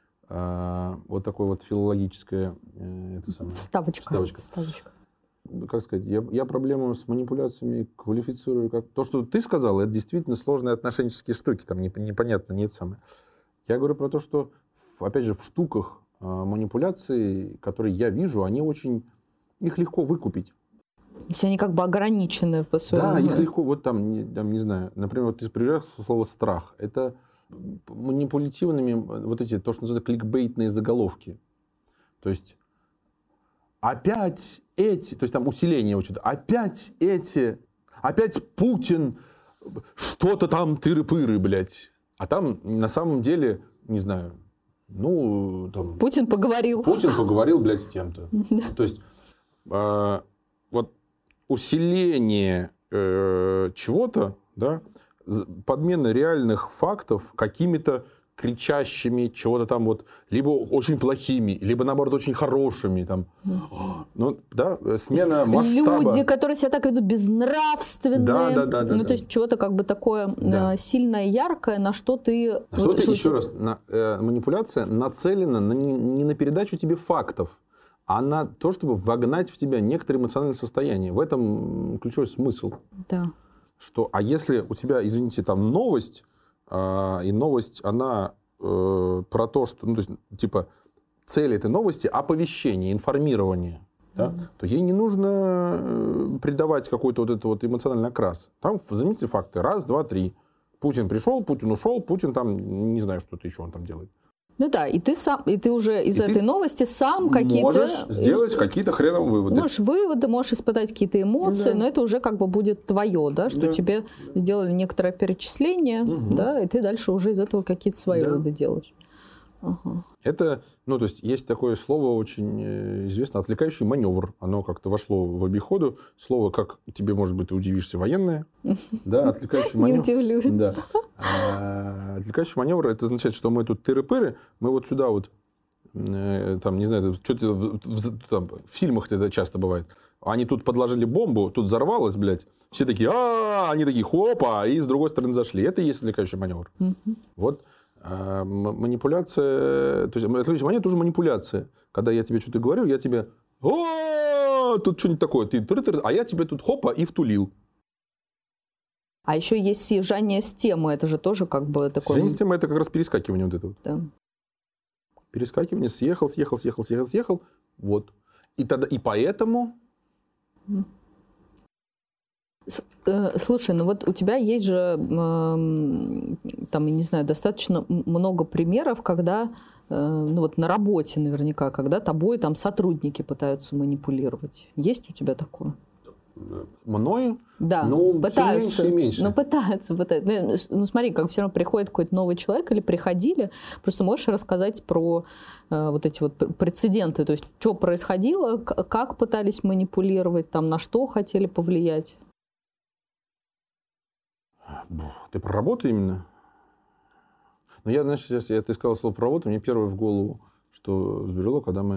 А, вот такое вот филологическое... Э, это самое, вставочка. Вставочка. Вставочка. Как сказать, я, я проблему с манипуляциями квалифицирую как... То, что ты сказал, это действительно сложные отношенческие штуки, там непонятно, нет самое. Я говорю про то, что опять же, в штуках э, манипуляции, которые я вижу, они очень... Их легко выкупить. То есть они как бы ограничены по своему... Да, их легко... Вот там, не, там, не знаю, например, вот ты проверяешь слово «страх». Это манипулятивными, вот эти, то, что называется, кликбейтные заголовки. То есть опять эти, то есть там усиление очень, опять эти, опять Путин, что-то там тыры-пыры, блядь. А там на самом деле, не знаю, ну, там... Путин поговорил. Путин поговорил, блядь, с тем-то. То есть э, вот усиление э, чего-то, да, подмена реальных фактов какими-то кричащими, чего-то там вот, либо очень плохими, либо, наоборот, очень хорошими. Там. Ну, да, смена масштаба. Люди, которые себя так ведут, безнравственные. Да, да, да. Ну, да, то есть, чего-то как бы такое да. сильное, яркое, на что ты... На что вот, ты, что еще ты... раз, на, э, манипуляция нацелена на, не, не на передачу тебе фактов, а на то, чтобы вогнать в тебя некоторое эмоциональное состояние. В этом ключевой смысл. Да. Что, а если у тебя, извините, там новость, и новость, она э, про то, что, ну, то есть, типа, цель этой новости — оповещение, информирование, да, mm-hmm. то ей не нужно придавать какой-то вот этот вот эмоциональный окрас. Там заметьте факты. Раз, два, три. Путин пришел, Путин ушел, Путин там, не знаю, что-то еще он там делает. Ну да, и ты сам, и ты уже из и этой новости сам какие-то... Можешь сделать из... какие-то хреновые выводы. Можешь выводы, можешь испытать какие-то эмоции, да. но это уже как бы будет твое, да, что да. тебе сделали некоторое перечисление, угу. да, и ты дальше уже из этого какие-то свои да. выводы делаешь. Ага. Это, ну, то есть, есть такое слово очень известное, отвлекающий маневр. Оно как-то вошло в обиходу. Слово, как тебе, может быть, ты удивишься, военное. Да, отвлекающий маневр. Не удивлюсь. Да. А, отвлекающий маневр, это означает, что мы тут тыры-пыры, мы вот сюда вот, там, не знаю, что-то в, в, там, в фильмах это часто бывает. Они тут подложили бомбу, тут взорвалось, блядь. Все такие, а они такие, хопа, и с другой стороны зашли. Это и есть отвлекающий маневр. Вот. А манипуляция, то есть отвлекающий маневр тоже манипуляция. Когда я тебе что-то говорю, я тебе, о, тут что-нибудь такое, ты, а я тебе тут хопа и втулил. А еще есть съезжание с темы, это же тоже как бы такое... Съезжание с темы, это как раз перескакивание вот это вот. Да. Перескакивание, съехал, съехал, съехал, съехал, съехал, вот. И, тогда, и поэтому... Слушай, ну вот у тебя есть же, э, там, я не знаю, достаточно много примеров, когда, э, ну вот на работе наверняка, когда тобой там сотрудники пытаются манипулировать. Есть у тебя такое? Мною? Да, ну, пытаются. Все меньше и меньше. Ну, пытаются, пытаются. Ну, ну, смотри, как все равно приходит какой-то новый человек или приходили. Просто можешь рассказать про э, вот эти вот прецеденты, то есть, что происходило, как пытались манипулировать, там, на что хотели повлиять? Ты про работу именно? Ну, я, знаешь, сейчас я, ты сказал слово про работу, мне первое в голову, что взбрело, когда мы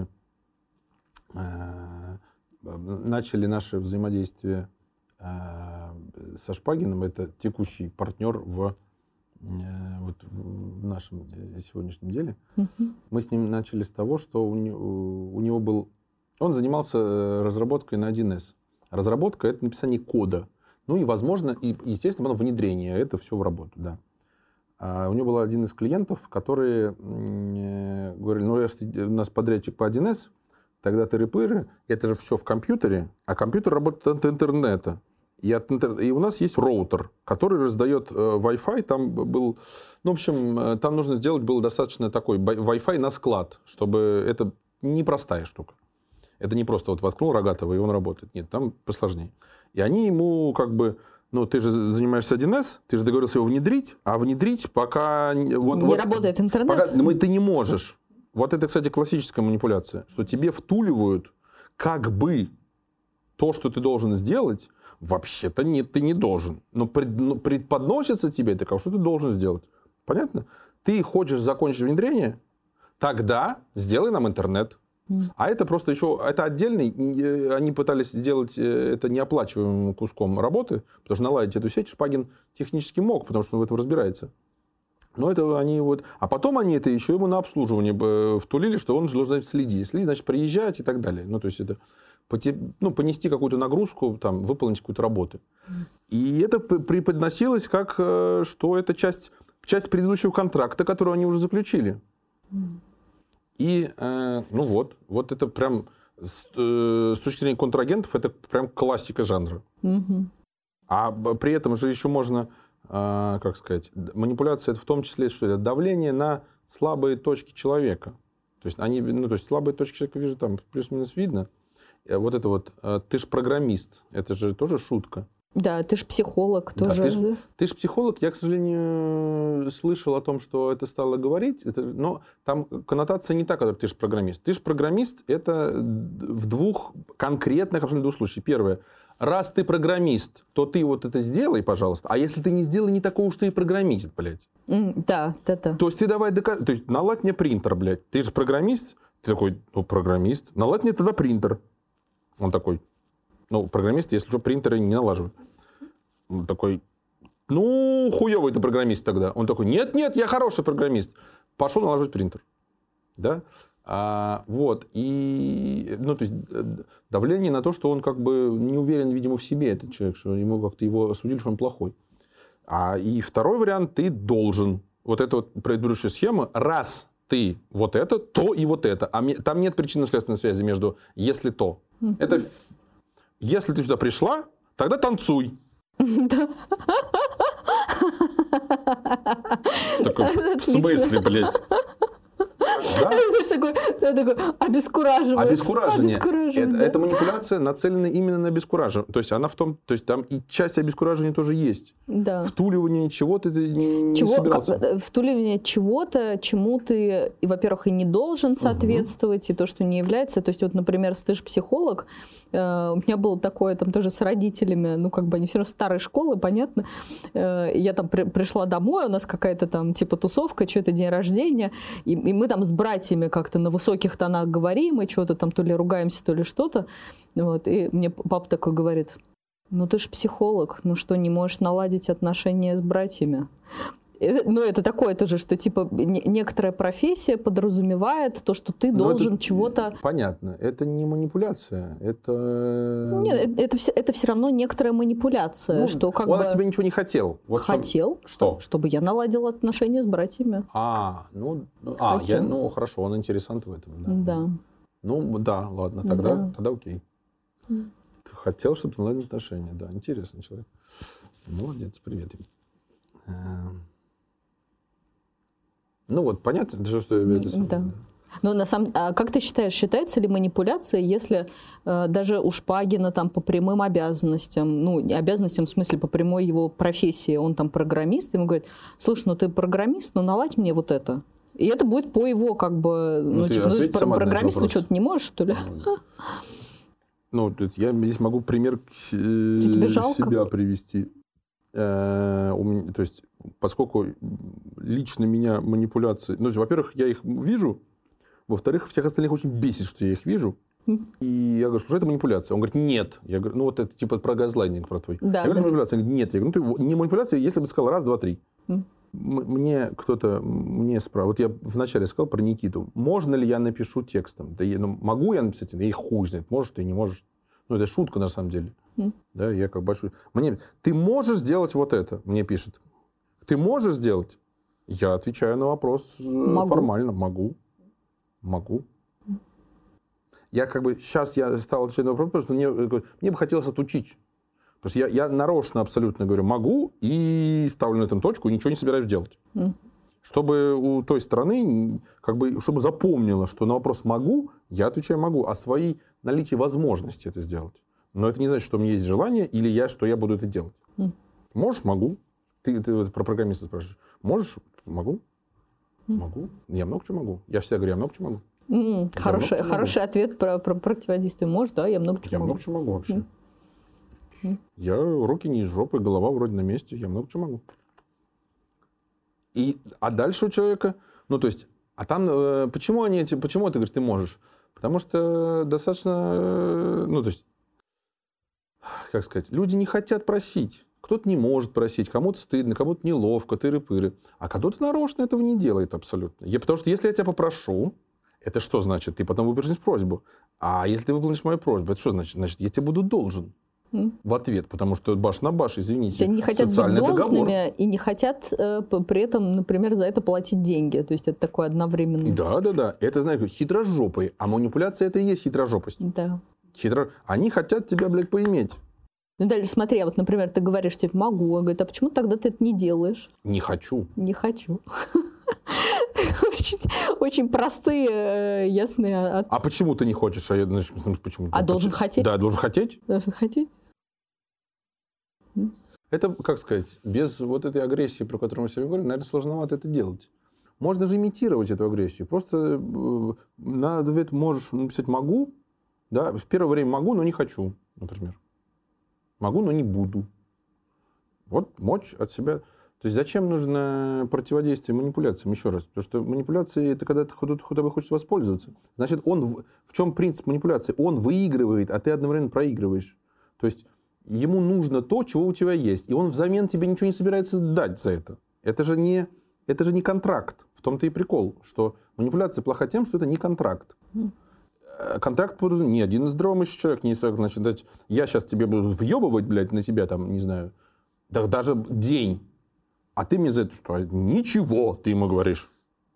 э, начали наше взаимодействие э, со Шпагиным, это текущий партнер в, э, вот, в нашем сегодняшнем деле. Mm-hmm. Мы с ним начали с того, что у, у него был... Он занимался разработкой на один эс. Разработка — это написание кода. Ну и, возможно, и, естественно, потом внедрение. Это все в работу, да. А у него был один из клиентов, которые э, говорили, ну, если у нас подрядчик по один эс, тогда тыры-пыры, это же все в компьютере, а компьютер работает от интернета. И, от интер... и у нас есть роутер, который раздает э, Wi-Fi. Там был, ну, в общем, э, там нужно сделать было достаточно такой Wi-Fi на склад, чтобы это непростая штука. Это не просто вот воткнул рогатого, и он работает. Нет, там посложнее. И они ему как бы, ну, ты же занимаешься один эс, ты же договорился его внедрить, а внедрить пока... Вот, не вот, работает интернет. Пока, ну, ты не можешь. Вот это, кстати, классическая манипуляция, что тебе втуливают как бы то, что ты должен сделать, вообще-то нет, ты не должен. Но пред, ну, предподносится тебе это, что ты должен сделать. Понятно? Ты хочешь закончить внедрение, тогда сделай нам интернет. А это просто еще, это отдельный, они пытались сделать это неоплачиваемым куском работы, потому что наладить эту сеть Шпагин технически мог, потому что он в этом разбирается. Но это они вот... А потом они это еще ему на обслуживание втулили, что он должен следить. Следить, значит, приезжать и так далее. Ну, то есть это ну, понести какую-то нагрузку, там, выполнить какую-то работу. И это преподносилось как, что это часть, часть предыдущего контракта, который они уже заключили. И, э, ну вот, вот это прям, с, э, с точки зрения контрагентов, это прям классика жанра. Mm-hmm. А при этом же еще можно, э, как сказать, манипуляция, это в том числе, что это давление на слабые точки человека. То есть, они, ну, то есть слабые точки человека, вижу, там плюс-минус видно. Вот это вот, ты ж программист, это же тоже шутка. Да, ты ж психолог тоже. Да, ты, ж, ты ж психолог. Я, к сожалению, слышал о том, что это стало говорить, это, но там коннотация не та, которая ты ж программист. Ты ж программист, это в двух конкретных абсолютно двух случаях. Первое. Раз ты программист, то ты вот это сделай, пожалуйста. А если ты не сделай, не такого уж ты и программист, блядь. Mm, да, да, да. То есть ты давай докажи. То есть наладь мне принтер, блядь. Ты же программист. Ты такой, ну, программист. Наладь мне тогда принтер. Он такой, ну, программист, если что, принтеры не налаживают. Он такой, ну, хуёвый ты программист тогда. Он такой, нет-нет, я хороший программист. Пошел налаживать принтер. Да? А, вот. И, ну, то есть, давление на то, что он как бы не уверен, видимо, в себе, этот человек, что ему как-то его осудили, что он плохой. А, и второй вариант, ты должен. Вот эта вот предыдущая схема, раз ты вот это, то и вот это. А там нет причинно-следственной связи между если то. Mm-hmm. Это если ты сюда пришла, тогда танцуй. Такой, в смысле, блядь? Да? Знаешь, такой, такой обескураживание. Обескураживание. Это, да. Это манипуляция нацелена именно на обескураживание. То есть она в том, то есть там и часть обескураживания тоже есть. Да. Втуливание чего-то ты не, Чего, не собирался. Как, втуливание чего-то, чему ты, и, во-первых, и не должен соответствовать, угу. и то, что не является. То есть вот, например, ты же психолог, э, у меня было такое там тоже с родителями, ну как бы они все равно старой школы, понятно. Э, я там при, пришла домой, у нас какая-то там типа тусовка, что-то день рождения, и, и мы там с братьями как-то на высоких тонах говорим, и что-то там то ли ругаемся, то ли что-то. Вот. И мне папа такой говорит, ну ты же психолог, ну что, не можешь наладить отношения с братьями? Ну, это такое тоже, что типа некоторая профессия подразумевает то, что ты Но должен это, чего-то... Понятно, это не манипуляция, это... Нет, это все, это все равно некоторая манипуляция, ну, что как он бы... от тебя ничего не хотел. Вот хотел, что? Чтобы я наладила отношения с братьями. А, ну, а, я, ну хорошо, он интересант в этом. Да. да. Ну, да, ладно, тогда, да. тогда окей. Mm. Хотел, чтобы ты наладил отношения, да, интересный человек. Молодец, привет им. Ну вот, понятно, что, что это самое. Да. Но на самом, а как ты считаешь, считается ли манипуляция, если э, даже у Шпагина там по прямым обязанностям, ну, не обязанностям, в смысле, по прямой его профессии, он там программист, ему говорит, слушай, ну ты программист, ну наладь мне вот это. И это будет по его, как бы, ну, ну ты типа, ну ты же программист, ну что, ты не можешь, что ли? Ну, я здесь могу пример себя привести. Э, у меня, то есть, поскольку лично меня манипуляции... Ну, во-первых, я их вижу. Во-вторых, всех остальных очень бесит, что я их вижу. Mm. И я говорю, слушай, это манипуляция. Он говорит, нет. Я говорю, ну, вот это типа про газлайнинг, про твой. Да, я говорю, да. манипуляция. Он говорит, нет. Я говорю, ну, ты не манипуляция, если бы сказал раз, два, три. Mm. Мне кто-то мне спрашивал, вот я вначале сказал про Никиту, можно ли я напишу текстом? Да я, ну, могу я написать? Я и хуй знает, можешь ты, не можешь. Ну, это шутка на самом деле. Mm. Да, я как большой... Мне... Ты можешь сделать вот это? Мне пишет. Ты можешь сделать? Я отвечаю на вопрос могу. формально. Могу. Могу. Mm. Я как бы... Сейчас я стал отвечать на вопрос, потому что мне, мне бы хотелось отучить. Потому что я, я нарочно абсолютно говорю могу и ставлю на этом точку и ничего не собираюсь делать. Mm. Чтобы у той стороны, как бы, чтобы запомнила, что на вопрос могу, я отвечаю могу, а свои наличие возможности это сделать. Но это не значит, что у меня есть желание или я, что я буду это делать. Mm. Можешь? Могу. Ты, ты про программиста спрашиваешь. Можешь? Могу. Mm. Могу. Я много чего могу. Я всегда говорю, я много чего могу. Mm. Хороший, хороший ответ про, про противодействие. Можешь, да? Я много чего я могу. Я много чего могу вообще. Mm. Mm. Я руки не из жопы, голова вроде на месте. Я много чего могу. И, а дальше у человека, ну, то есть, а там, э, почему они, почему ты говоришь, ты можешь? Потому что достаточно, э, ну, то есть, как сказать, люди не хотят просить. Кто-то не может просить, кому-то стыдно, кому-то неловко, тыры-пыры. А кто-то нарочно этого не делает абсолютно. Я, потому что если я тебя попрошу, это что значит? Ты потом выполнишь просьбу. А если ты выполнишь мою просьбу, это что значит? Значит, я тебе буду должен. Mm. В ответ, потому что баш на баш, извините, они не хотят быть должными и не хотят э, при этом, например, за это платить деньги. То есть это такое одновременно. Да, да, да. Это, знаешь, хитрожопые. А манипуляция это и есть хитрожопость. Да. Хитро... Они хотят тебя, блядь, поиметь. Ну дальше смотри, вот, например, ты говоришь, типа, могу. Он говорит, а почему тогда ты это не делаешь? Не хочу. Не хочу. очень, очень простые, ясные. А почему ты не хочешь? А, я, значит, почему? А должен хотеть? Да, должен хотеть. Должен хотеть. Это, как сказать, без вот этой агрессии, про которую мы сегодня говорим, наверное, сложновато это делать. Можно же имитировать эту агрессию. Просто на ответ можешь написать «могу». Да? В первое время могу, но не хочу, например. Могу, но не буду. Вот мочь от себя. То есть зачем нужно противодействие манипуляциям? Еще раз. Потому что манипуляции – это когда кто-то тобой хочет воспользоваться. Значит, он, в чем принцип манипуляции? Он выигрывает, а ты одновременно проигрываешь. То есть ему нужно то, чего у тебя есть. И он взамен тебе ничего не собирается дать за это. Это же не, это же не контракт. В том-то и прикол, что манипуляция плоха тем, что это не контракт. Контракт ни один здравомыслящий человек не sagt, значит, дать, я сейчас тебе буду въебывать, блядь, на тебя там, не знаю, да, даже день. А ты мне за это что? Ничего, ты ему говоришь.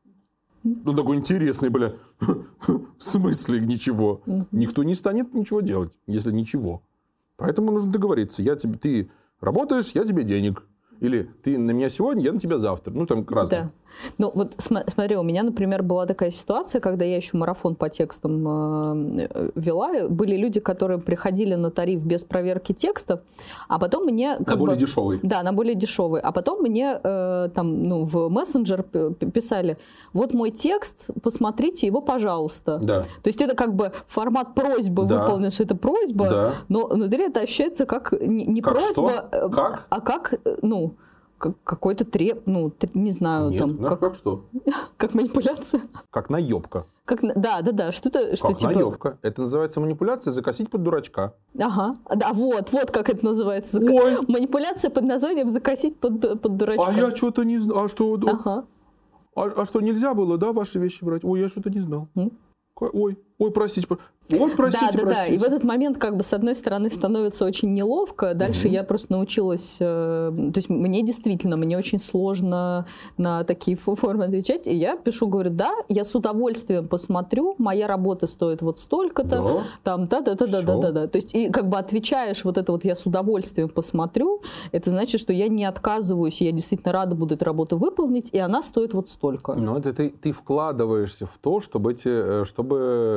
Ну, такой интересный, бля. В смысле ничего? Никто не станет ничего делать, если ничего. Поэтому нужно договориться. Я тебе, ты работаешь, я тебе денег. Или ты на меня сегодня, я на тебя завтра. Ну, там разное. Да. Ну, вот смотри, у меня, например, была такая ситуация, когда я еще марафон по текстам э, вела. Были люди, которые приходили на тариф без проверки текстов, а потом мне... На более бы, дешевый. Да, на более дешевый. А потом мне э, там, ну, в мессенджер писали, вот мой текст, посмотрите его, пожалуйста. Да. То есть это как бы формат просьбы, да. Выполнен, что это просьба, да. Но внутри это ощущается как не, не как просьба, что? Как? А как, ну... какой-то треп, ну, не знаю, Нет, там... Ну, как, как что? Как манипуляция. Как наебка. Как, да, да, да, что-то... Что, как типа... наебка. Это называется манипуляция закосить под дурачка. Ага, да, вот, вот как это называется. Ой. Манипуляция под названием закосить под, под дурачка. А я что-то не знал. А что, ага. а, а что, нельзя было, да, ваши вещи брать? Ой, я что-то не знал. М? Ой, ой, простите, ой, простите, да, да, простите. Да, и в этот момент, как бы, с одной стороны, становится очень неловко. Дальше угу. я просто научилась... Э, то есть мне действительно, мне очень сложно на такие формы отвечать. И я пишу, говорю, да, я с удовольствием посмотрю, моя работа стоит вот столько-то. Да. Там, да-да-да-да-да-да. То есть, и как бы отвечаешь вот это вот я с удовольствием посмотрю, это значит, что я не отказываюсь, я действительно рада буду эту работу выполнить, и она стоит вот столько. Ну, это ты, ты вкладываешься в то, чтобы эти... Чтобы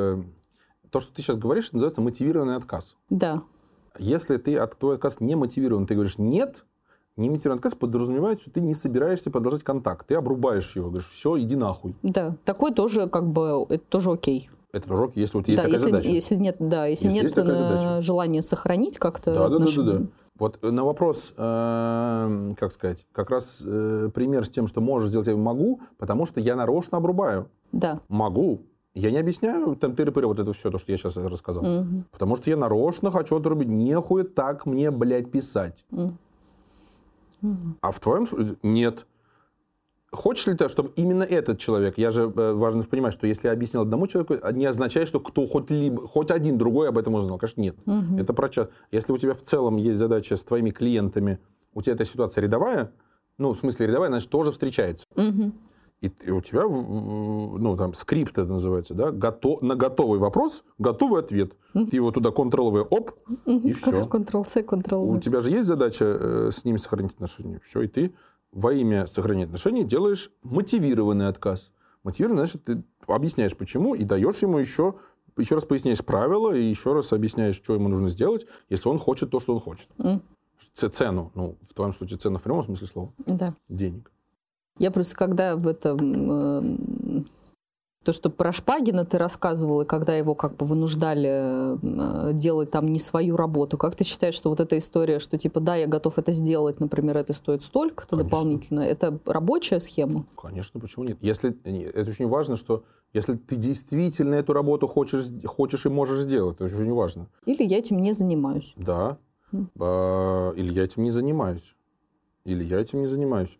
то, что ты сейчас говоришь, называется мотивированный отказ. Да. Если ты, твой отказ не мотивирован, ты говоришь «нет», немотивированный отказ подразумевает, что ты не собираешься продолжать контакт. Ты обрубаешь его, говоришь «все, иди нахуй». Да, такой тоже как бы, это тоже окей. Это тоже окей, если вот есть да, такая если, задача. Если нет, да, если, если нет на желания сохранить как-то да, отношения. Да, да, да, да. Вот на вопрос, э, как сказать, как раз э, пример с тем, что можешь сделать, я могу, потому что я нарочно обрубаю. Да. Могу. Я не объясняю там тыры-пыры вот это все, то, что я сейчас рассказал. Угу. Потому что я нарочно хочу отрубить. Нехуя так мне, блядь, писать. Угу. А в твоем случае нет. Хочешь ли ты, чтобы именно этот человек, я же важно понимать, что если я объяснил одному человеку, не означает, что кто хоть, либо, хоть один другой об этом узнал. Конечно, нет. Угу. Это про час. Если у тебя в целом есть задача с твоими клиентами, у тебя эта ситуация рядовая, ну, в смысле рядовая, значит, тоже встречается. Угу. И, и у тебя, ну, там, скрипт это называется, да, готов, на готовый вопрос, готовый ответ. Mm-hmm. Ты его туда контрол-В, оп, mm-hmm. и все. Контрол-С, контрол-В. У тебя же есть задача э, с ними сохранить отношения. Все, и ты во имя сохранения отношений делаешь мотивированный отказ. Мотивированный, значит, ты объясняешь, почему, и даешь ему еще, еще раз поясняешь правила, и еще раз объясняешь, что ему нужно сделать, если он хочет то, что он хочет. Mm. Цену, ну, в твоем случае цену в прямом смысле слова. Да. Денег. Я просто, когда в этом... Э, то, что про Шпагина ты рассказывала, когда его как бы вынуждали э, делать там не свою работу, как ты считаешь, что вот эта история, что типа, да, я готов это сделать, например, это стоит столько-то дополнительно, это рабочая схема? Конечно, почему нет? Если, это очень важно, что если ты действительно эту работу хочешь, хочешь и можешь сделать, это очень важно. Или я этим не занимаюсь. Да. Mm. А, или я этим не занимаюсь. Или я этим не занимаюсь.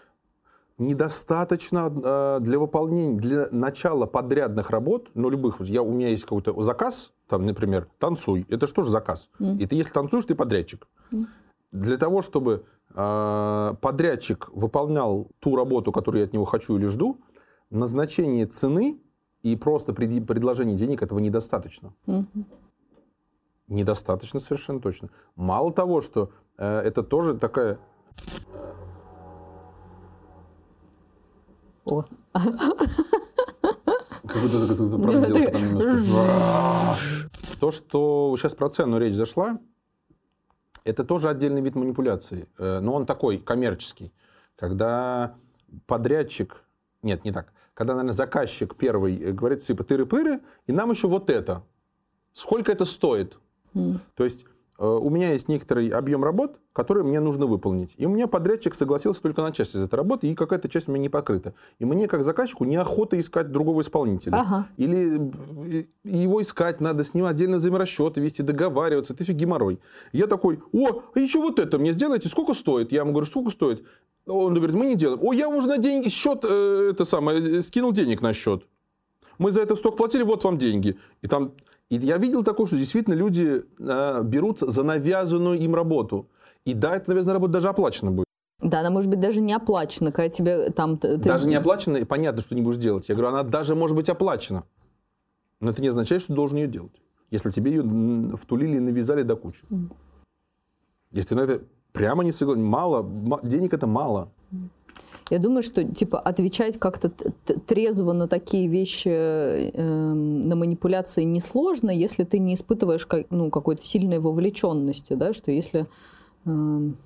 Недостаточно э, для выполнения, для начала подрядных работ, ну, любых, я, у меня есть какой-то заказ, там, например, танцуй, это что же заказ? Mm. И ты, если танцуешь, ты подрядчик. Mm. Для того, чтобы э, подрядчик выполнял ту работу, которую я от него хочу или жду, назначение цены и просто пред, предложение денег этого недостаточно. Mm-hmm. Недостаточно совершенно точно. Мало того, что э, это тоже такая... О. Как будто кто-то прозделся там немножко. То, что сейчас про цену речь зашла, это тоже отдельный вид манипуляции. Но он такой коммерческий. Когда подрядчик... Нет, не так. Когда, наверное, заказчик первый говорит, типа, тыры-пыры, и нам еще вот это. Сколько это стоит? Mm. То есть у меня есть некоторый объем работ, которые мне нужно выполнить. И у меня подрядчик согласился только на часть из этой работы, и какая-то часть у меня не покрыта. И мне, как заказчику, неохота искать другого исполнителя. Ага. Или его искать надо, с ним отдельно взаиморасчеты вести, договариваться. Это фиг геморрой. Я такой, о, а еще вот это мне сделайте, сколько стоит? Я ему говорю, сколько стоит? Он говорит, мы не делаем. О, я уже на деньги, счет, э, это самое, скинул денег на счет. Мы за это столько платили, вот вам деньги. И там... И я видел такое, что действительно люди э, берутся за навязанную им работу. И да, эта навязанная работа даже оплачена будет. Да, она может быть даже не оплачена, когда тебе там... Ты... Даже не оплачена, и понятно, что не будешь делать. Я говорю, она даже может быть оплачена. Но это не означает, что ты должен ее делать. Если тебе ее втулили и навязали до кучи. Mm. Если ты на это прямо не согласен, мало, денег это мало. Я думаю, что типа отвечать как-то трезво на такие вещи, э, на манипуляции несложно, если ты не испытываешь как, ну, какой-то сильной вовлеченности, да, что если, э, блин,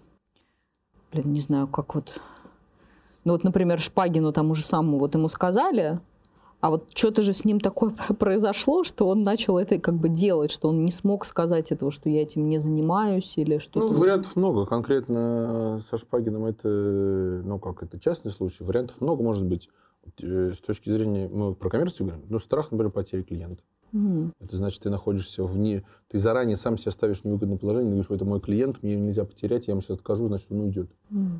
не знаю, как вот, ну вот, например, Шпагину тому же самому, вот ему сказали, а вот что-то же с ним такое произошло, что он начал это как бы делать, что он не смог сказать этого, что я этим не занимаюсь или что-то. Ну, вариантов много. Конкретно со Шпагиным это, ну, как, это частный случай. Вариантов много может быть. С точки зрения, мы про коммерцию говорим, ну, страх, например, потери клиента. Mm. Это значит, ты находишься вне, ты заранее сам себя ставишь в невыгодное положение, говоришь, это мой клиент, мне нельзя потерять, я ему сейчас откажу, значит, он уйдет. Mm.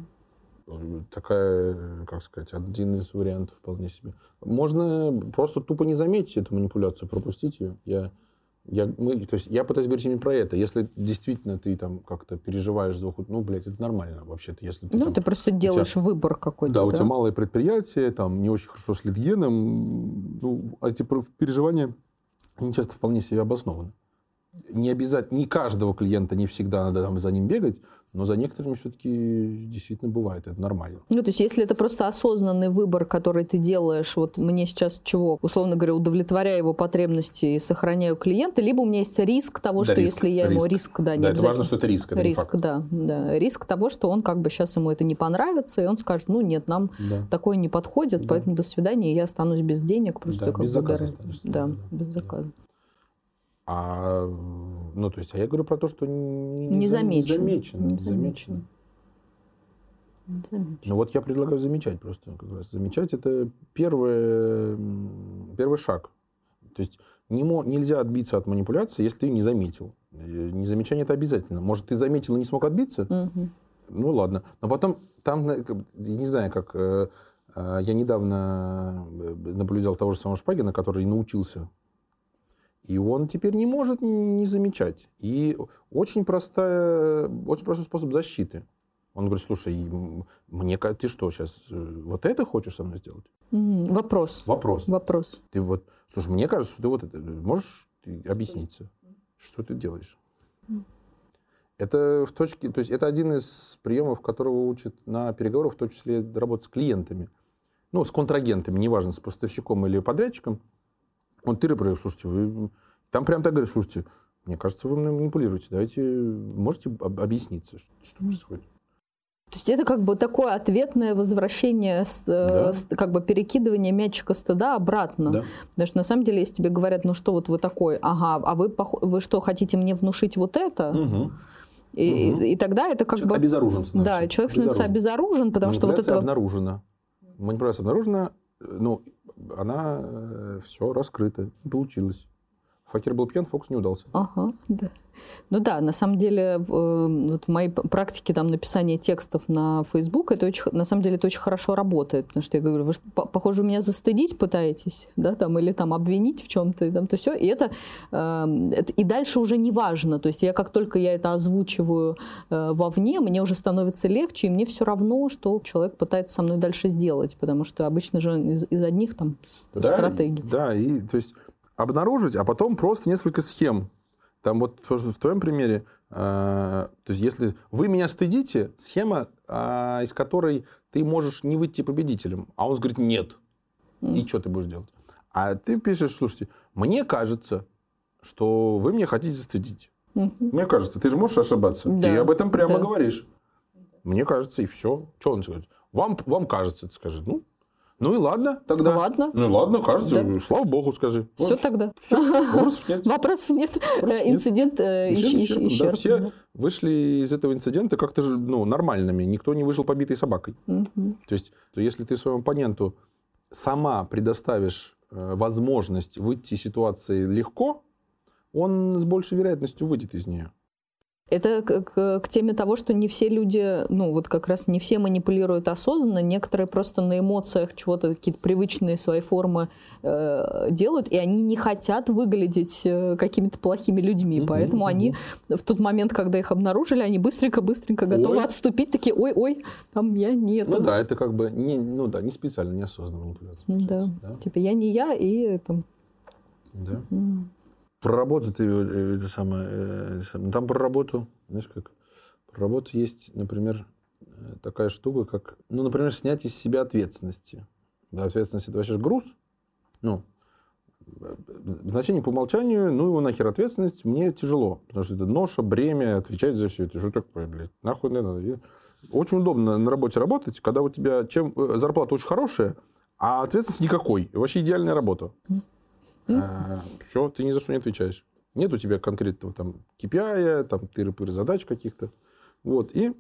Такая, как сказать, один из вариантов вполне себе. Можно просто тупо не заметить эту манипуляцию, пропустить ее. Я, я, мы, то есть я пытаюсь говорить именно про это. Если действительно ты там как-то переживаешь за уход, ну, блядь, это нормально вообще-то. Если ты, ну, там, ты просто делаешь тебя, выбор какой-то. Да, да, у тебя малое предприятие, там не очень хорошо с литгеном. Ну, эти переживания, они часто вполне себе обоснованы. Не обязательно, не каждого клиента не всегда надо там за ним бегать, но за некоторыми все-таки действительно бывает, это нормально. Ну, то есть, если это просто осознанный выбор, который ты делаешь, вот мне сейчас чего, условно говоря, удовлетворяю его потребности и сохраняю клиента, либо у меня есть риск того, да, что риск, если я риск. ему риск, да, не да, это важно, что это риск, это риск, да, да, риск того, что он как бы сейчас ему это не понравится, и он скажет, ну, нет, нам да. такое не подходит, да. поэтому до свидания, я останусь без денег, просто да, как без бы заказа да, останешься. Да, да, без заказа. А, ну, то есть, а я говорю про то, что не, не, замечено. не замечено. Не Не замечено. Не замечено. Ну, вот я предлагаю замечать просто. Как раз. Замечать – это первый, первый шаг. То есть, не, нельзя отбиться от манипуляции, если ты не заметил. Незамечание – это обязательно. Может, ты заметил и не смог отбиться? Угу. Ну, ладно. Но потом, там, не знаю, как… Я недавно наблюдал того же самого Шпагина, который научился. И он теперь не может не замечать. И очень, простая, очень простой способ защиты. Он говорит, слушай, мне ты что, сейчас вот это хочешь со мной сделать? Mm-hmm. Вопрос. Вопрос. Вопрос. Ты вот, слушай, мне кажется, что ты вот это... Можешь объясниться, что ты делаешь? Mm-hmm. Это в точке... То есть это один из приемов, которого учат на переговорах, в том числе работать с клиентами. Ну, с контрагентами, неважно, с поставщиком или подрядчиком. Он ты говорит, слушайте, вы... Там прям так говорят, слушайте, мне кажется, вы мной манипулируете. Давайте, можете объясниться, что, что происходит? То есть это как бы такое ответное возвращение, с, да. с, как бы перекидывание мячика стыда обратно. Да. Потому что на самом деле, если тебе говорят, ну что вот вы такой, ага, а вы, вы что, хотите мне внушить вот это? Угу. И, угу. и, и тогда это как человек бы... обезоружен становится. Да, человек становится обезоружен, потому что вот это... обнаружена. Манипуляция обнаружена, ну, она все раскрыта, получилось. Факир был пьян, фокус не удался. Ага, да. Ну да, на самом деле, вот в моей практике там, написания текстов на Facebook, это очень, на самом деле это очень хорошо работает, потому что я говорю, вы, похоже, меня застыдить пытаетесь, да, там, или там обвинить в чем-то, и, там, то все, и это, э, это и дальше уже не важно, то есть я как только я это озвучиваю э, вовне, мне уже становится легче, и мне все равно, что человек пытается со мной дальше сделать, потому что обычно же из, из одних там да, стратегий. Да, и то есть обнаружить, а потом просто несколько схем. Там вот в твоем примере, э, то есть если вы меня стыдите, схема, э, из которой ты можешь не выйти победителем. А он говорит, нет. Mm. И что ты будешь делать? А ты пишешь, слушайте, мне кажется, что вы меня хотите застыдить. Mm-hmm. Мне кажется, ты же можешь ошибаться. Да. Ты об этом прямо да. говоришь. Мне кажется, и все. Что он скажет? Вам, вам кажется, ты скажи. Ну, ну и ладно тогда. Ладно. Ну и ладно, кажется, да. слава богу, скажи. Все вот. Тогда. Все. Вопросов нет. Вопросов нет. Вопросов Инцидент нет. Исчерпан. Да, все вышли из этого инцидента как-то же ну, нормальными. Никто не вышел побитой собакой. Угу. То есть, то если ты своему оппоненту сама предоставишь э, возможность выйти из ситуации легко, он с большей вероятностью выйдет из нее. Это к, к, к теме того, что не все люди, ну вот как раз не все манипулируют осознанно, некоторые просто на эмоциях чего-то, какие-то привычные свои формы э, делают, и они не хотят выглядеть э, какими-то плохими людьми, mm-hmm, поэтому mm-hmm. они в тот момент, когда их обнаружили, они быстренько-быстренько готовы ой. отступить, такие, ой-ой, там я не это. Ну да, это как бы, не, ну да, не специально, не осознанно манипуляция. Да. да, типа я не я, и это... Да. Mm. Про работу ты это самое, там про работу, знаешь как, про работу есть, например, такая штука, как, ну, например, снять из себя ответственности. Да, ответственность это вообще же груз, ну, значение по умолчанию, ну его нахер ответственность, мне тяжело, потому что это ноша, бремя, отвечать за все это, что такое, блядь, нахуй не надо. Очень удобно на работе работать, когда у тебя чем зарплата очень хорошая, а ответственность никакой, вообще идеальная работа. А, все, ты ни за что не отвечаешь. Нет у тебя конкретного там кей пи ай, там тыры-пыры задач каких-то. Вот, и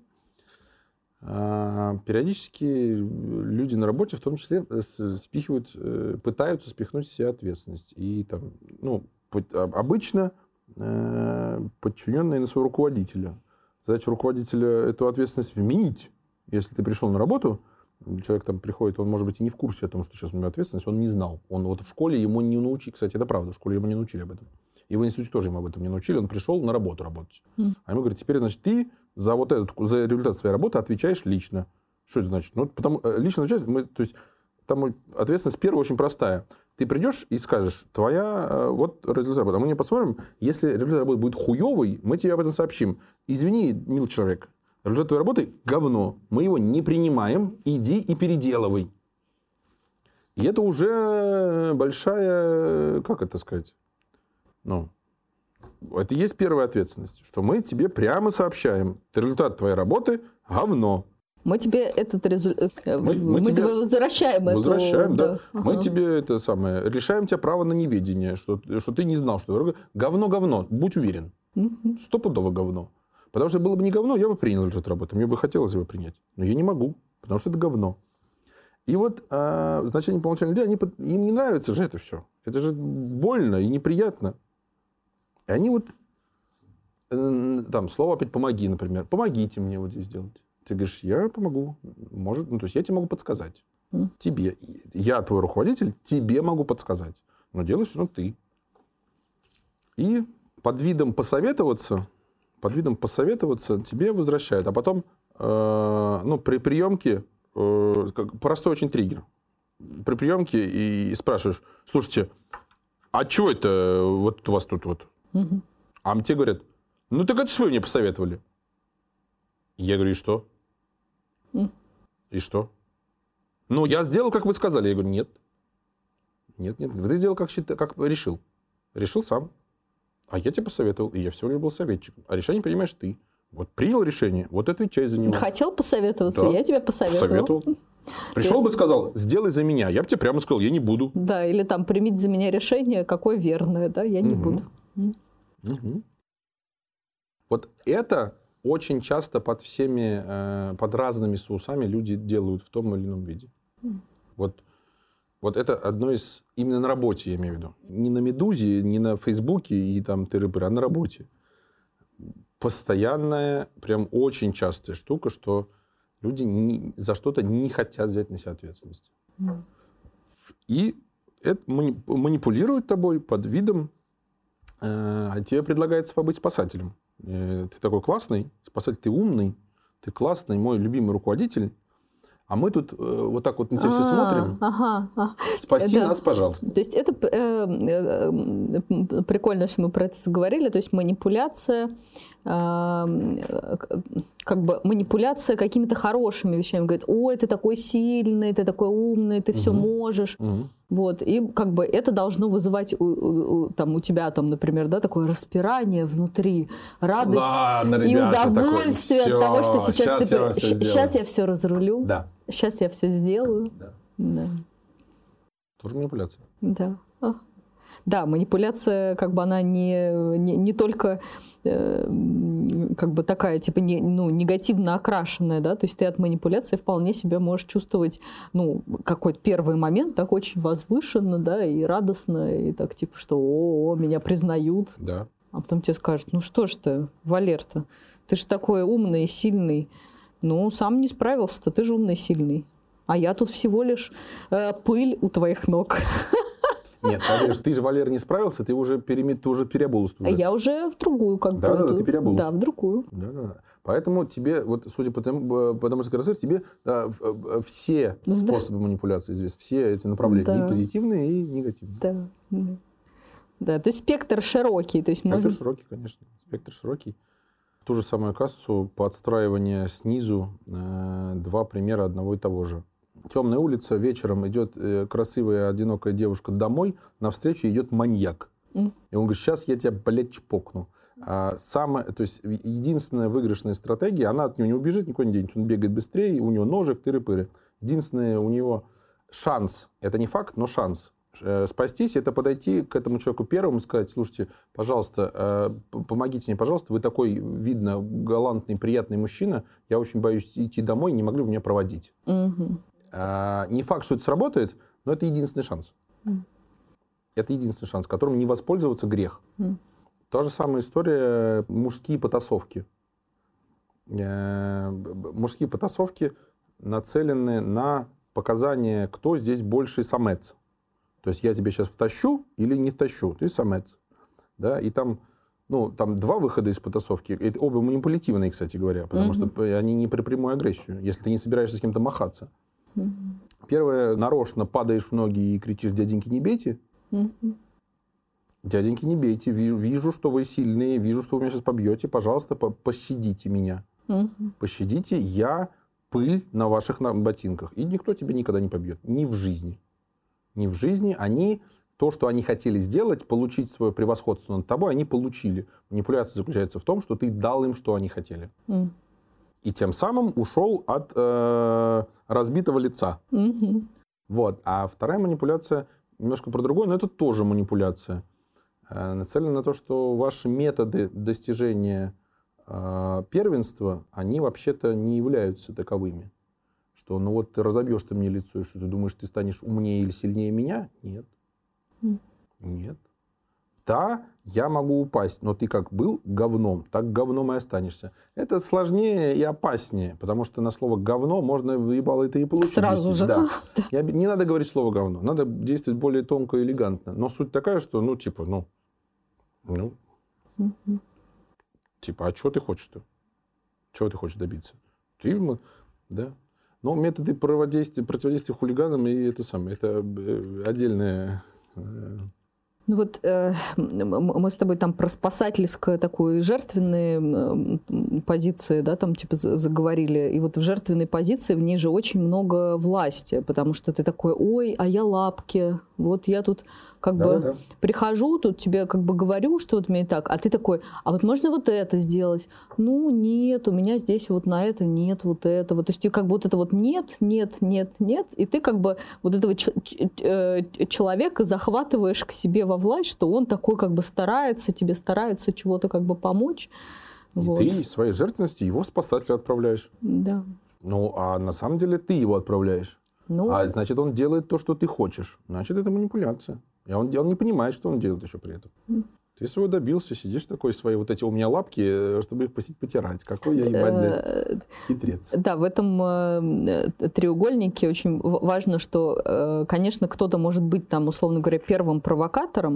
а, периодически люди на работе в том числе спихивают, пытаются спихнуть в себя ответственность. И там, ну, обычно э, подчиненные на своего руководителя. Задача руководителя эту ответственность вменить. Если ты пришел на работу, человек там приходит, он, может быть, и не в курсе о том, что сейчас у него ответственность, он не знал. Он вот в школе ему не научили, кстати, это правда, в школе ему не научили об этом. И в институте тоже ему об этом не научили, он пришел на работу работать. Mm. А ему говорят, теперь, значит, ты за вот этот, за результат своей работы отвечаешь лично. Что это значит? Ну, потому, лично отвечать, мы, то есть, там ответственность первая очень простая. Ты придешь и скажешь, твоя, вот результат работы. А мы не посмотрим, если результат работы будет хуёвый, мы тебе об этом сообщим. Извини, милый человек, результат твоей работы – говно. Мы его не принимаем. Иди и переделывай. И это уже большая, как это сказать, ну, это и есть первая ответственность, что мы тебе прямо сообщаем. Результат твоей работы – говно. Мы тебе этот результат, мы, мы, мы тебе возвращаем. Возвращаем, эту, да. да. Мы ага. тебе это самое, решаем тебе право на неведение, что, что ты не знал, что говно-говно, будь уверен. Угу. Стопудово говно. Потому что было бы не говно, я бы принял результат работы. Мне бы хотелось его принять. Но я не могу, потому что это говно. И вот а, значение по умолчанию людей, они, им не нравится же это все. Это же больно и неприятно. И они вот, э, там, слово опять «помоги», например. «Помогите мне вот здесь сделать». Ты говоришь, я помогу. Может, ну, то есть я тебе могу подсказать. Mm. Тебе. Я твой руководитель, тебе могу подсказать. Но делаешь все равно ты. И под видом посоветоваться... под видом посоветоваться тебе возвращают. А потом, э, ну, при приемке, э, простой очень триггер. При приемке и, и спрашиваешь, слушайте, а что это вот у вас тут вот? Угу. А тебе говорят, ну, так это же вы мне посоветовали. Я говорю, и что? Mm. И что? Ну, я сделал, как вы сказали. Я говорю, нет. Нет, нет. Ты сделал, как, как решил. Решил сам. А я тебе посоветовал, и я всего лишь был советчиком. А решение принимаешь ты. Вот принял решение, вот отвечай за него. Хотел посоветоваться, да. Я тебе посоветовал. Посоветовал. Пришел бы, сказал, сделай за меня. Я бы тебе прямо сказал, я не буду. Да, или там, примите за меня решение, какое верное, да, я не угу. буду. Угу. Вот это очень часто под всеми, под разными соусами люди делают в том или ином виде. Угу. Вот. Вот это одно из... Именно на работе, я имею в виду. Не на «Медузе», не на Фейсбуке и там тыры-пыры, а на работе. Постоянная, прям очень частая штука, что люди не, за что-то не хотят взять на себя ответственность. Mm. И это манипулируют тобой под видом... Э, тебе предлагается побыть спасателем. Э, ты такой классный, спасатель, ты умный, ты классный, мой любимый руководитель. А мы тут э, вот так вот на тебя все смотрим. Ага, ага. Спаси да. нас, пожалуйста. То есть это э, э, прикольно, что мы про это заговорили. То есть манипуляция, э, как бы манипуляция какими-то хорошими вещами. Говорит, ой, ты такой сильный, ты такой умный, ты угу. все можешь. Угу. Вот. И как бы это должно вызывать у, у, там, у тебя, там, например, да, такое распирание внутри, радость Ладно, и ребята, удовольствие такой, от того, что сейчас, сейчас ты... я, сейчас я все разрулю. Да. Сейчас я все сделаю. Да. Да. Тоже манипуляция. Да. А. Да, манипуляция, как бы она не, не, не только э, как бы такая, типа, не, ну, негативно окрашенная, да, то есть ты от манипуляции вполне себя можешь чувствовать, ну, какой-то первый момент так очень возвышенно, да, и радостно, и так, типа, что о, -о меня признают. Да. А потом тебе скажут, ну что ж ты, Валер-то, ты же такой умный, сильный, ну, сам не справился-то, ты же умный, сильный. А я тут всего лишь э, пыль у твоих ног. Нет, Валер, ты же, Валер, не справился, ты уже, переми... ты уже переобулся. Уже. Я уже в другую как бы. Да, да, да, ты переобулся. Да, в другую. Да, да, да. Поэтому тебе, вот, судя по тому, потому что ты рассказываешь, тебе да, все да. способы манипуляции известны, все эти направления, да. и позитивные, и негативные. Да, да. Да, то есть спектр широкий. То есть спектр можно... широкий, конечно. Спектр широкий. В ту же самую кассу по отстраиванию снизу э, два примера одного и того же. Темная улица, вечером идет э, красивая, одинокая девушка домой, навстречу идет маньяк. Mm. И он говорит, сейчас я тебя, блядь, чпокну. А самая, то есть единственная выигрышная стратегия, она от него не убежит, никуда не денется. Он бегает быстрее, у него ножик, тыры-пыры. Единственный у него шанс, это не факт, но шанс э, спастись, это подойти к этому человеку первым и сказать, слушайте, пожалуйста, э, помогите мне, пожалуйста, вы такой, видно, галантный, приятный мужчина, я очень боюсь идти домой, не могли бы меня проводить. Mm-hmm. Не факт, что это сработает, но это единственный шанс. Mm. Это единственный шанс, которым не воспользоваться грех. Mm. Та же самая история мужские потасовки. Мужские потасовки нацелены на показание, кто здесь больший самец. То есть я тебе сейчас втащу или не втащу, ты самец. Да? И там, ну, там два выхода из потасовки. Это оба манипулятивные, кстати говоря, потому mm-hmm. что они не при прямую агрессию, если ты не собираешься с кем-то махаться. Mm-hmm. Первое, нарочно падаешь в ноги и кричишь, дяденьки, не бейте. Mm-hmm. Дяденьки, не бейте, вижу, что вы сильные, вижу, что вы меня сейчас побьете, пожалуйста, пощадите меня. Mm-hmm. Пощадите, я пыль на ваших ботинках. И никто тебя никогда не побьет. Ни в жизни. Ни в жизни. Они, то, что они хотели сделать, получить свое превосходство над тобой, они получили. Манипуляция заключается в том, что ты дал им, что они хотели. Mm. И тем самым ушел от э, разбитого лица. Mm-hmm. Вот. А вторая манипуляция немножко про другое, но это тоже манипуляция. Э, нацелена на то, что ваши методы достижения э, первенства, они вообще-то не являются таковыми. Что, ну вот ты разобьешь ты мне лицо, и что ты думаешь, ты станешь умнее или сильнее меня? Нет. Mm. Нет. Да, я могу упасть, но ты как был говном, так говном и останешься. Это сложнее и опаснее, потому что на слово говно можно выебало это и получить. Сразу же. Да. Не, не надо говорить слово говно, надо действовать более тонко и элегантно. Но суть такая, что, ну, типа, ну, ну, mm-hmm. типа, а что ты хочешь-то? Чего ты хочешь добиться? Ты, да. Но методы противодействия, противодействия хулиганам, и это самое, это отдельная... Ну вот э, мы с тобой там про спасательскую такую жертвенные э, позиции, да, там типа заговорили. И вот в жертвенной позиции в ней же очень много власти, потому что ты такой, ой, а я лапки, вот я тут как да, бы да. прихожу, тут тебе как бы говорю, что вот мне так, а ты такой, а вот можно вот это сделать? Ну нет, у меня здесь вот на это нет вот этого. То есть ты как бы вот это вот нет, нет, нет, нет, и ты как бы вот этого ч- ч- человека захватываешь к себе во власть, что он такой как бы старается, тебе старается чего-то как бы помочь. И вот. Ты из своей жертвенности его в спасателя отправляешь. Да. Ну, а на самом деле ты его отправляешь. Ну, а значит, он делает то, что ты хочешь. Значит, это манипуляция. И он, он не понимает, что он делает еще при этом. Mm. Ты своего добился, сидишь такой, свои вот эти у меня лапки, чтобы их посидеть потирать. Какой я, ебать, блядь, хитрец. Да, в этом э, треугольнике очень важно, что, э, конечно, кто-то может быть там, условно говоря, первым провокатором,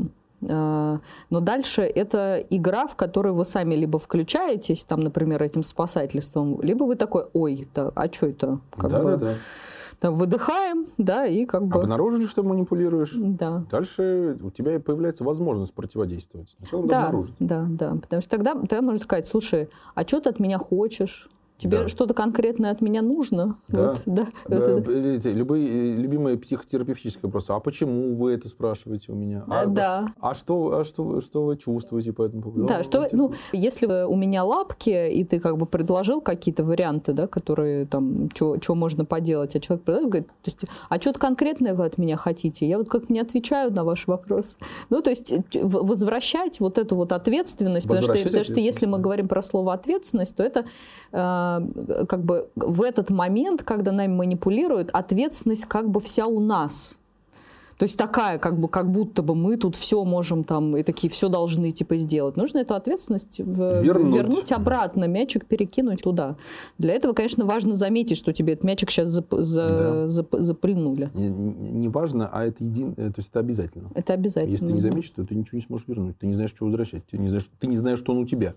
Но дальше это игра, в которой вы сами либо включаетесь, там, например, этим спасательством, либо вы такой, ой, да, а что это? Как да, бы, да, да. Там, выдыхаем, да, и как бы... Обнаружили, что манипулируешь. Да. Дальше у тебя и появляется возможность противодействовать. Сначала надо да, обнаружить. Да, да, потому что тогда, тогда можно сказать, слушай, а что ты от меня хочешь? Тебе да. что-то конкретное от меня нужно? Да. Вот, да. да. Вот любые, любимые психотерапевтические вопросы. А почему вы это спрашиваете у меня? А, да. а, что, а что, что вы чувствуете по этому поводу? Да, а, что вы, ну, если у меня лапки, и ты как бы предложил какие-то варианты, да, которые там, что можно поделать, а человек говорит, то есть, а что-то конкретное вы от меня хотите? Я вот как не отвечаю на ваш вопрос. Ну, то есть возвращать вот эту вот ответственность, потому что, потому что если мы говорим про слово ответственность, то это как бы в этот момент, когда нами манипулируют, ответственность как бы вся у нас. То есть такая, как бы, как будто бы мы тут все можем там, и такие все должны типа сделать. Нужно эту ответственность в, вернуть. вернуть обратно, мячик перекинуть туда. Для этого, конечно, важно заметить, что тебе этот мячик сейчас зап, за, да. зап, запыльнули. Не, не важно, а это един, то есть это обязательно. Это обязательно. Если ты не заметишь, то ты ничего не сможешь вернуть. Ты не знаешь, что возвращать. Ты не знаешь, ты не знаешь, что он у тебя.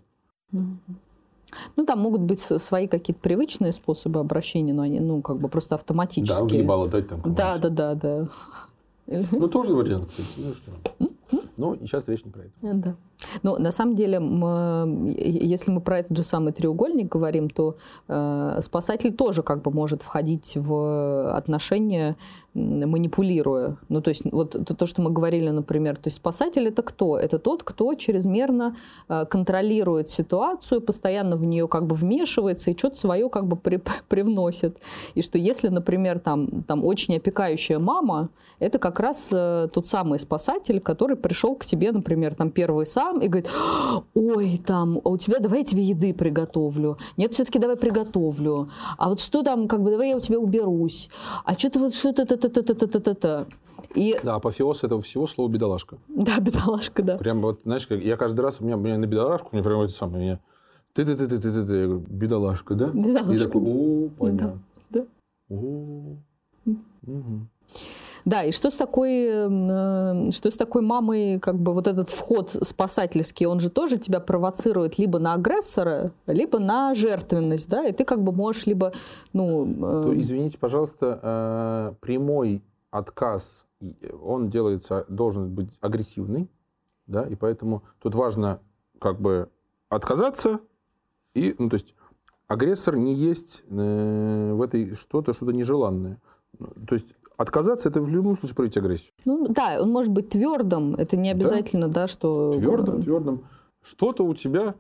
Ну, там могут быть свои какие-то привычные способы обращения, но они, ну, как бы просто автоматические. Да, въебало дать там. Да, да, да, да. Ну, тоже вариант, кстати. Ну, что? Но сейчас речь не про это. Да. Ну, на самом деле, мы, если мы про этот же самый треугольник говорим, то э, спасатель тоже как бы может входить в отношения, манипулируя. Ну, то есть, вот то, что мы говорили, например, то есть спасатель — это кто? Это тот, кто чрезмерно э, контролирует ситуацию, постоянно в нее как бы вмешивается и что-то свое как бы при, привносит. И что если, например, там, там очень опекающая мама, это как раз э, тот самый спасатель, который пришел к тебе, например, там первый сам и говорит, ой, там, а у тебя, давай я тебе еды приготовлю. Нет, все-таки давай приготовлю. А вот что там, как бы, давай я у тебя уберусь. А что-то вот что-то, та-та-та-та-та-та-та. И... Да, апофеоз этого всего слово бедолашка. Да, бедолашка, да. Прям вот, знаешь, как я каждый раз, у меня, у меня на бедолашку, у меня прям это самое, меня ты-ты-ты-ты-ты-ты, я говорю, бедолашка, да? Бедолашка. И такой, о, понятно. Да. да. О, угу. Да, и что с такой, что с такой мамой, как бы вот этот вход спасательский, он же тоже тебя провоцирует либо на агрессора, либо на жертвенность, да, и ты как бы можешь либо, ну... То, извините, пожалуйста, прямой отказ, он делается, должен быть агрессивный, да, и поэтому тут важно как бы отказаться, и, ну, то есть агрессор не есть в этой что-то, что-то нежеланное. То есть отказаться — это в любом случае проявить агрессию. Ну да, он может быть твердым, это не обязательно, да, да что... Твердым, твердым. Что-то у тебя,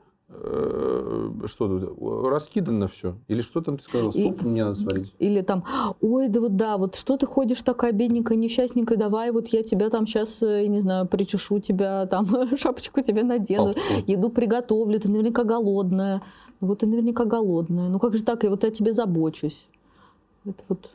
э, что-то раскидано все. Или что там ты сказал, суп и, мне надо сварить. Или там, ой, да вот да, вот что ты ходишь такая бедненькая, несчастненькая, давай вот я тебя там сейчас, я не знаю, причешу тебя, там шапочку тебе надену, Папку. еду приготовлю, ты наверняка голодная. Вот ты наверняка голодная. Ну как же так, я вот о тебе забочусь. Это вот...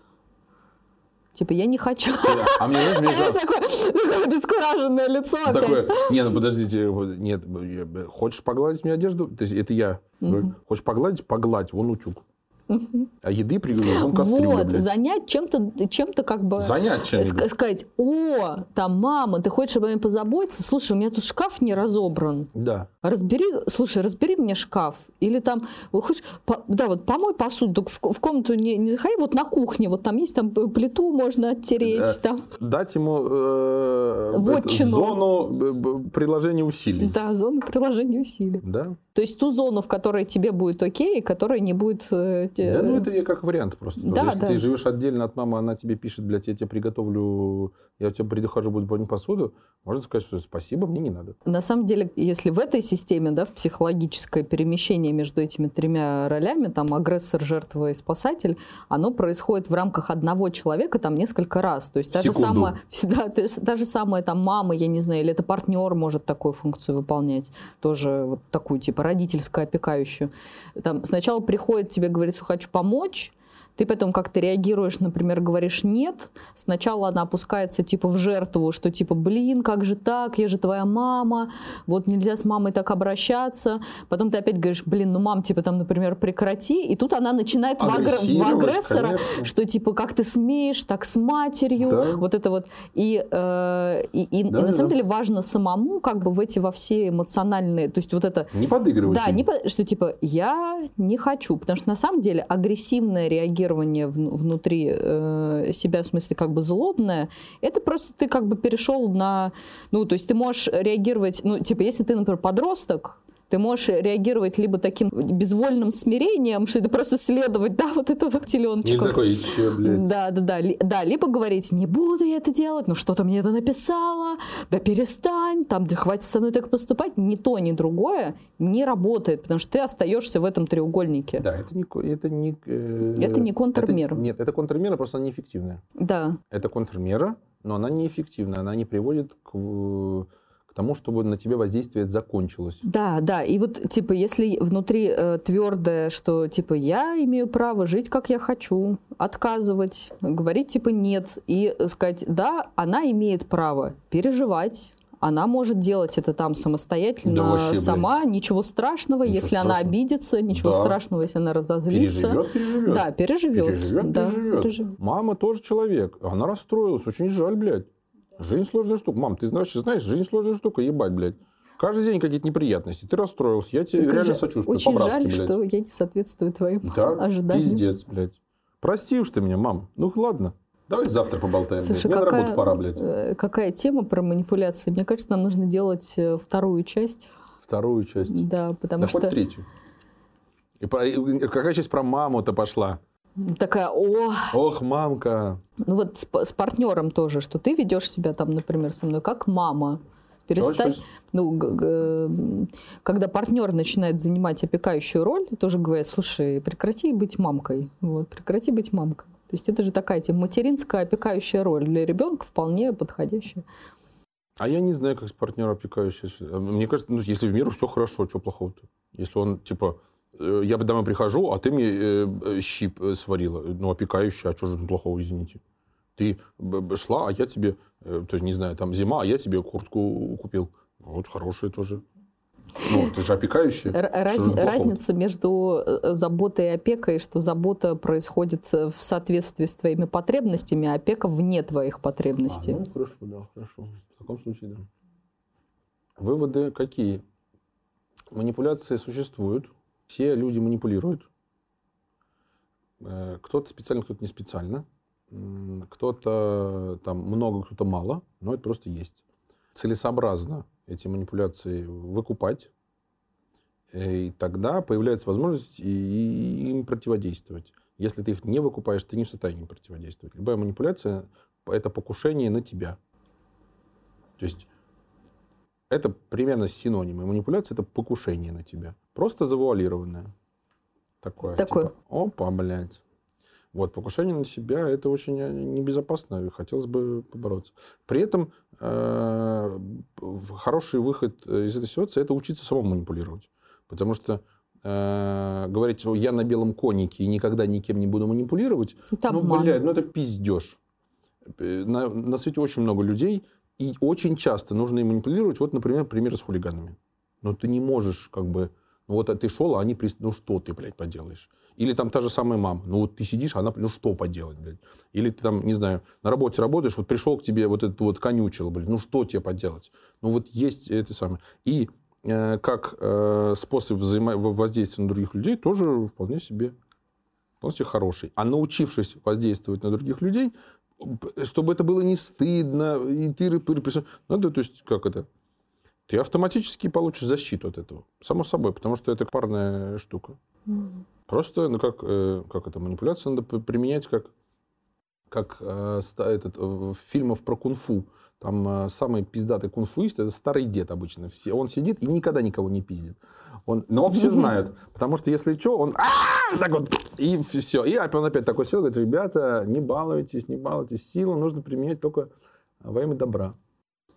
Типа, я не хочу. А мне, знаешь, мне а такое, такое обескураженное лицо такое, опять. Не, ну подождите, нет, хочешь погладить мне одежду? То есть это я. Угу. Хочешь погладить? Погладь, вон утюг. Угу. А еды приготовить, вон кастрюля. Вот, блядь. занять чем-то, чем-то как бы... Занять чем-то. Сказать, о, там, мама, ты хочешь обо мне позаботиться? Слушай, у меня тут шкаф не разобран. Да. Разбери, слушай, разбери мне шкаф. Или там, хочешь, по, да, вот помой посуду, только в, в комнату не, не заходи, вот на кухне, вот там есть, там плиту можно оттереть. Да. Там. Дать ему э, это, зону приложения усилий. Да, зону приложения усилий. Да. То есть ту зону, в которой тебе будет окей, и которая не будет... Э, да, ну это как вариант просто. Да, Если да. ты живешь отдельно от мамы, она тебе пишет, блядь, я тебе приготовлю, я у тебя прихожу, буду помыть посуду, можно сказать, что спасибо, мне не надо. На самом деле, если в этой системе, да, в психологическое перемещение между этими тремя ролями, там агрессор, жертва и спасатель, оно происходит в рамках одного человека там несколько раз. То есть та же самая, всегда, та, та же самая там мама, я не знаю, или это партнер может такую функцию выполнять, тоже вот такую типа родительскую, опекающую. Там сначала приходит тебе, говорит, что хочу помочь, ты потом как-то реагируешь, например, говоришь «нет», сначала она опускается типа в жертву, что типа «блин, как же так, я же твоя мама, вот нельзя с мамой так обращаться». Потом ты опять говоришь «блин, ну мам, типа там, например, прекрати», и тут она начинает в, агр... в агрессора, конечно. Что типа «как ты смеешь, так с матерью», да. Вот это вот. И, э, и, и, да, и на да. самом деле важно самому как бы в эти во все эмоциональные, то есть вот это... Не подыгрывать. Да, не по, что типа «я не хочу», потому что на самом деле агрессивное реагирование в, внутри э, себя, в смысле как бы злобное, это просто ты как бы перешел на... Ну, то есть ты можешь реагировать, ну, типа если ты, например, подросток, ты можешь реагировать либо таким безвольным смирением, что это просто следовать, да, вот этого теленочка. Или такой, че, блядь. Да, да, да, да, либо говорить, не буду я это делать, ну что-то мне это написала, да перестань, там, да хватит со мной так поступать. Ни то, ни другое не работает, потому что ты остаешься в этом треугольнике. Да, это не... Это не, э, это не контрмера. Это, нет, это контрмера, просто она неэффективная. Да. Это контрмера, но она неэффективная, она не приводит к... к тому, чтобы на тебе воздействие закончилось. Да, да. И вот, типа, если внутри э, твердое, что, типа, я имею право жить, как я хочу, отказывать, говорить, типа, нет, и сказать, да, она имеет право переживать, она может делать это там самостоятельно, да вообще, сама, блин. Ничего страшного, ничего если страшного. Она обидится, ничего да. страшного, если она разозлится. Переживет, переживет. Да, переживет. Переживет, да, переживет. переживет. Мама тоже человек, она расстроилась, очень жаль, блядь. Жизнь сложная штука. Мам, ты знаешь, знаешь, жизнь сложная штука, ебать, блядь. Каждый день какие-то неприятности. Ты расстроился, я тебе так реально сочувствую. Очень по-братски, жаль, блядь. что я не соответствую твоим да, ожиданиям. Пиздец, блядь. Прости уж ты меня, мам. Ну ладно, давай завтра поболтаем. Слушай, мне какая, на работу пора, блядь. Какая тема про манипуляции? Мне кажется, нам нужно делать вторую часть. Вторую часть? Да, потому да что... хоть третью. И, и, какая часть про маму-то пошла? Такая, о... Ох, мамка. Ну вот с, с партнером тоже, что ты ведешь себя там, например, со мной как мама. Перестань. Ну, г- г- когда партнер начинает занимать опекающую роль, тоже говорят, слушай, прекрати быть мамкой. Вот, прекрати быть мамкой. То есть это же такая типа, материнская опекающая роль для ребенка вполне подходящая. А я не знаю, как с партнером опекающий. Мне кажется, ну, если в миру все хорошо, что плохого-то? Если он, типа... Я домой прихожу, а ты мне э, щип сварила. Ну, опекающая, а что же плохого, извините? Ты шла, а я тебе, э, то есть, не знаю, там зима, а я тебе куртку купил. Вот хорошая тоже. Ну, ты же опекающая. Раз, разница между заботой и опекой, что забота происходит в соответствии с твоими потребностями, а опека вне твоих потребностей. А, ну, хорошо, да, хорошо. В таком случае, да. Выводы какие? Манипуляции существуют. Все люди манипулируют. Кто-то специально, кто-то не специально. Кто-то там много, кто-то мало. Но это просто есть. Целесообразно эти манипуляции выкупать. И тогда появляется возможность им противодействовать. Если ты их не выкупаешь, ты не в состоянии противодействовать. Любая манипуляция – это покушение на тебя. То есть это примерно синонимы. Манипуляция – это покушение на тебя. Просто завуалированное. Такое. Такое. Типа, опа, блядь. Вот, покушение на себя – это очень небезопасно. Хотелось бы побороться. При этом э, хороший выход из этой ситуации – это учиться самому манипулировать. Потому что э, говорить, что я на белом конике и никогда никем не буду манипулировать, это ну, блядь, ну это пиздеж. На, на свете очень много людей, и очень часто нужно им манипулировать. Вот, например, пример с хулиганами. Но ты не можешь, как бы, ну вот ты шел, а они, ну что ты, блядь, поделаешь? Или там та же самая мама. Ну вот ты сидишь, а она, ну что поделать, блядь? Или ты там, не знаю, на работе работаешь, вот пришел к тебе вот этот вот конючил, блядь, ну что тебе поделать? Ну вот есть это самое. И э, как э, способ взаимо... воздействия на других людей тоже вполне себе, вполне себе хороший. А научившись воздействовать на других людей, чтобы это было не стыдно, и ты надо, то есть, как это? Ты автоматически получишь защиту от этого. Само собой, потому что это парная штука. Mm. Просто, ну, как, э, как это, манипуляцию надо применять как, как э, этот, в фильмах про кунг-фу. Там э, самый пиздатый кунг-фуист – это старый дед обычно. Все, он сидит и никогда никого не пиздит. Он, но все знают. Потому что если что, он так вот, и все. И он опять такой сел, говорит, ребята, не балуйтесь, не балуйтесь. Силу нужно применять только во имя добра.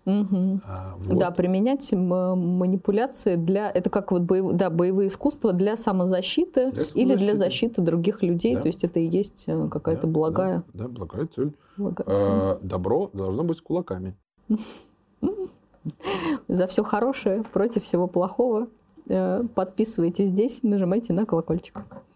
Угу. А, вот. Да, применять манипуляции для... Это как вот боев... да, боевые искусства для самозащиты, для самозащиты или для защиты других людей. Да. То есть это и есть какая-то да, благая... Да, да, благая цель. Благая цель. А, добро должно быть с кулаками. За все хорошее, против всего плохого. Подписывайтесь здесь, нажимайте на колокольчик.